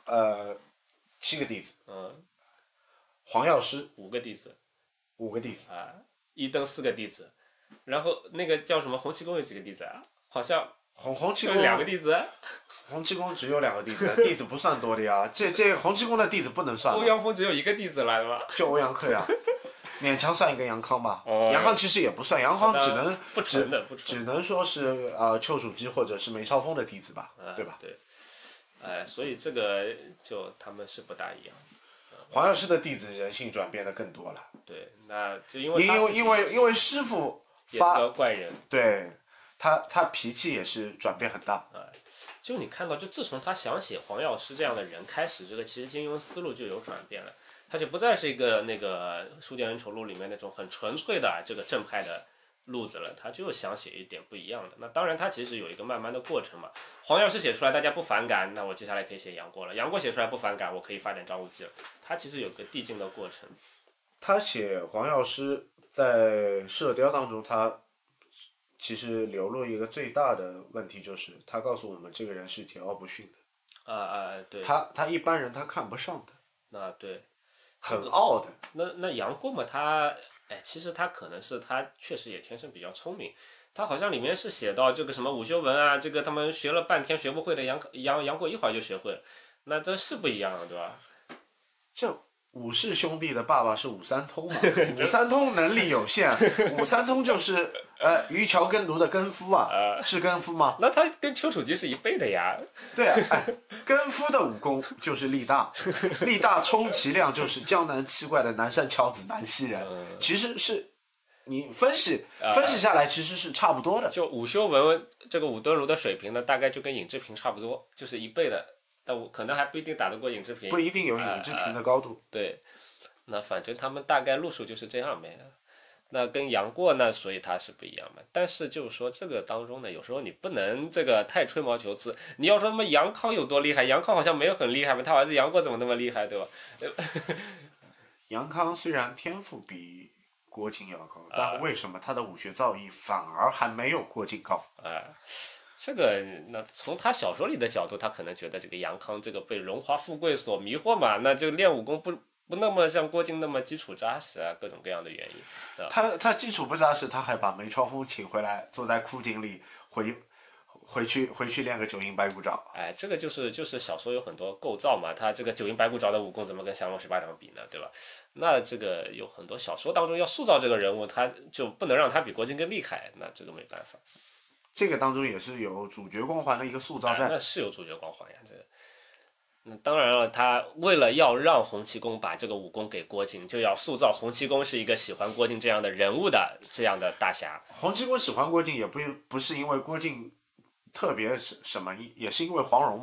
7个弟子，黄药师 5个弟子一灯4个弟子，然后那个叫什么洪七公有几个弟子啊？好像洪七公 2个弟子。 洪七公只有2个弟子，弟子不算多的呀。这洪七公的弟子不能算。 欧阳锋只有1个弟子来了， 就欧阳克呀。勉强算一个杨康吧，杨康其实也不算，杨康只能说是丘处机或者是梅超风的弟子吧，对吧？ 对，所以这个就他们是不大一样。 黄药师的弟子人性转变的更多了。 对，那就因为师傅也是个怪人， 对他脾气也是转变很大。 就你看到，就自从他想写黄药师这样的人开始，这个其实金庸思路就有转变了。他就不再是一个那个《书剑恩仇录》里面那种很纯粹的这个正派的路子了，他就想写一点不一样的。那当然，他其实有一个慢慢的过程嘛。黄药师写出来大家不反感，那我接下来可以写杨过了；杨过写出来不反感，我可以发展张无忌了。他其实有个递进的过程。 他写黄药师在《射雕》当中，他其实流露一个最大的问题就是，他告诉我们这个人是桀骜不驯的。 对。 他一般人他看不上的。 那对。 很傲的。 那杨过嘛，其实他可能是他确实也天生比较聪明，他好像里面是写到这个什么武修文啊，这个他们学了半天学不会的，杨过一会儿就学会了，那这是不一样的，对吧？ 这武氏兄弟的爸爸是武三通嘛？武三通能力有限，武三通就是渔樵耕读的耕夫啊，是耕夫吗？ 那他跟丘处机是一辈的呀。 对啊，耕夫的武功就是力大，力大充其量就是江南七怪的南山乔子南溪人，其实是你分析下来其实是差不多的。 就武修文这个武敦儒的水平呢，大概就跟尹志平差不多，就是一辈的。但我可能还不一定打得过尹志平， 不一定有尹志平的高度。 对，那反正他们大概路数就是这样呗。那跟杨过呢，所以他是不一样嘛。但是就是说这个当中呢，有时候你不能这个太吹毛求疵。你要说他妈杨康有多厉害，杨康好像没有很厉害嘛，他儿子杨过怎么那么厉害，对吧？ 杨康虽然天赋比郭靖要高，但为什么他的武学造诣反而还没有郭靖高？ 这个那从他小说里的角度，他可能觉得这个杨康这个被荣华富贵所迷惑嘛，那就练武功不那么像郭靖那么基础扎实啊，各种各样的原因。 他基础不扎实，他还把梅超风请回来，坐在枯井里回去练个九阴白骨爪。 这个就是小说有很多构造嘛，他这个九阴白骨爪的武功怎么跟降龙十八掌比呢，对吧？那这个有很多小说当中要塑造这个人物，他就不能让他比郭靖更厉害，那这个没办法。 这个当中也是有主角光环的一个塑造在。 那是有主角光环呀，这个。那当然了，他为了要让洪七公把这个武功给郭靖，就要塑造洪七公是一个喜欢郭靖这样的人物的这样的大侠。 洪七公喜欢郭靖也不是因为郭靖特别什么，也是因为黄蓉嘛。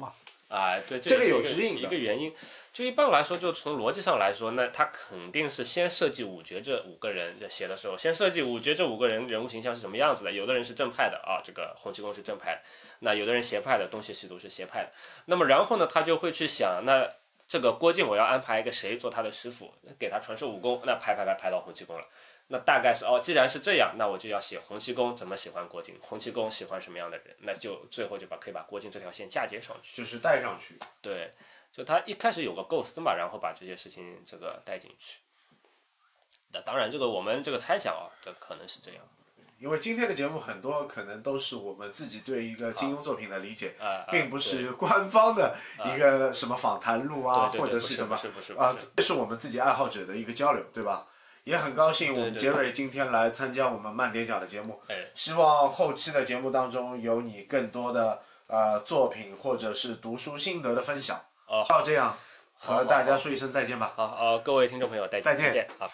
啊，对， 这个也是有指引的一个原因。就一般来说，就从逻辑上来说，那他肯定是先设计五绝这5个人在写的时候，先设计五绝这5个人物形象是什么样子的。有的人是正派的啊，这个洪七公是正派的，那有的人邪派的，东邪西毒是邪派的。那么然后呢，他就会去想，那这个郭靖我要安排一个谁做他的师傅，给他传授武功，那排到洪七公了。那大概是既然是这样，那我就要写洪七公怎么喜欢郭靖，洪七公喜欢什么样的人，那就最后就可以把郭靖这条线嫁接上去， 就是带上去。 对，就他一开始有个构思嘛，然后把这些事情这个带进去。那当然，这个我们这个猜想啊，这可能是这样。 因为今天的节目很多可能都是我们自己对一个金庸作品的理解，并不是官方的一个什么访谈录啊，或者是什么这是我们自己爱好者的一个交流，对吧？也很高兴我们杰瑞今天来参加我们慢点讲的节目，希望后期的节目当中有你更多的作品或者是读书心得的分享。到这样和大家说一声再见吧。 好，各位听众朋友，再见。好。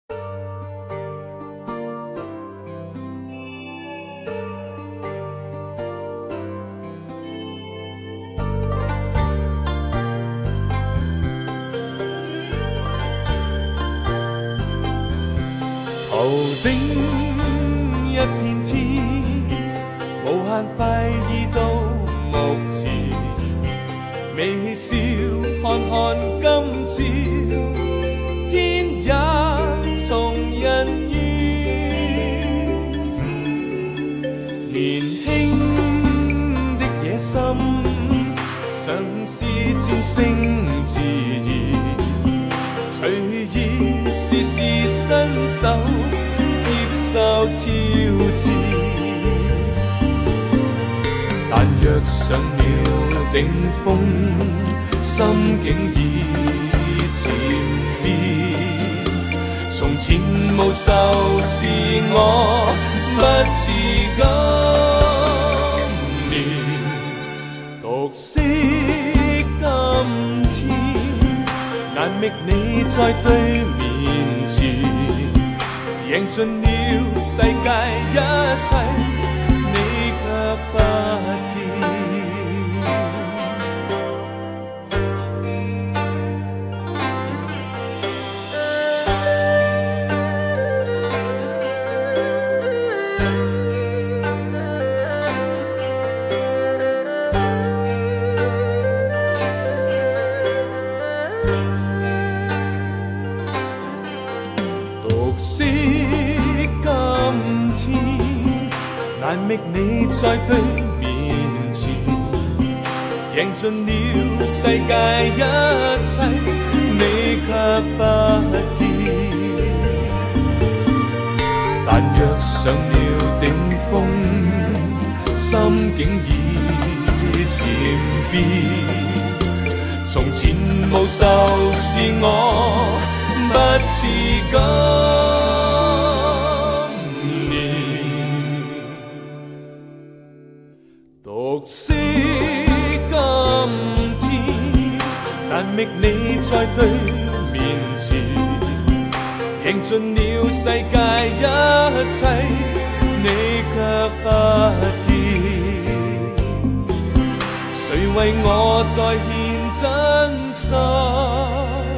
頭頂一片天，無限快意到目前，微笑看看今朝，天也從人願。年輕的野心，嘗試戰勝自然。隨意試伸手，接受挑戰。但若上了頂峰，心境已漸變。從前無仇是我，不似今年獨識今天。難覓你在對面前，贏盡了世界一切，你卻不見。難覓你在對面前，贏盡了世界一切，你卻不見。但若上了頂峰，心境已漸變。從前無仇是我，不似今年。獨識今天，難覓你在對面前，贏盡了世界一切，你卻不見。誰為我再獻真心？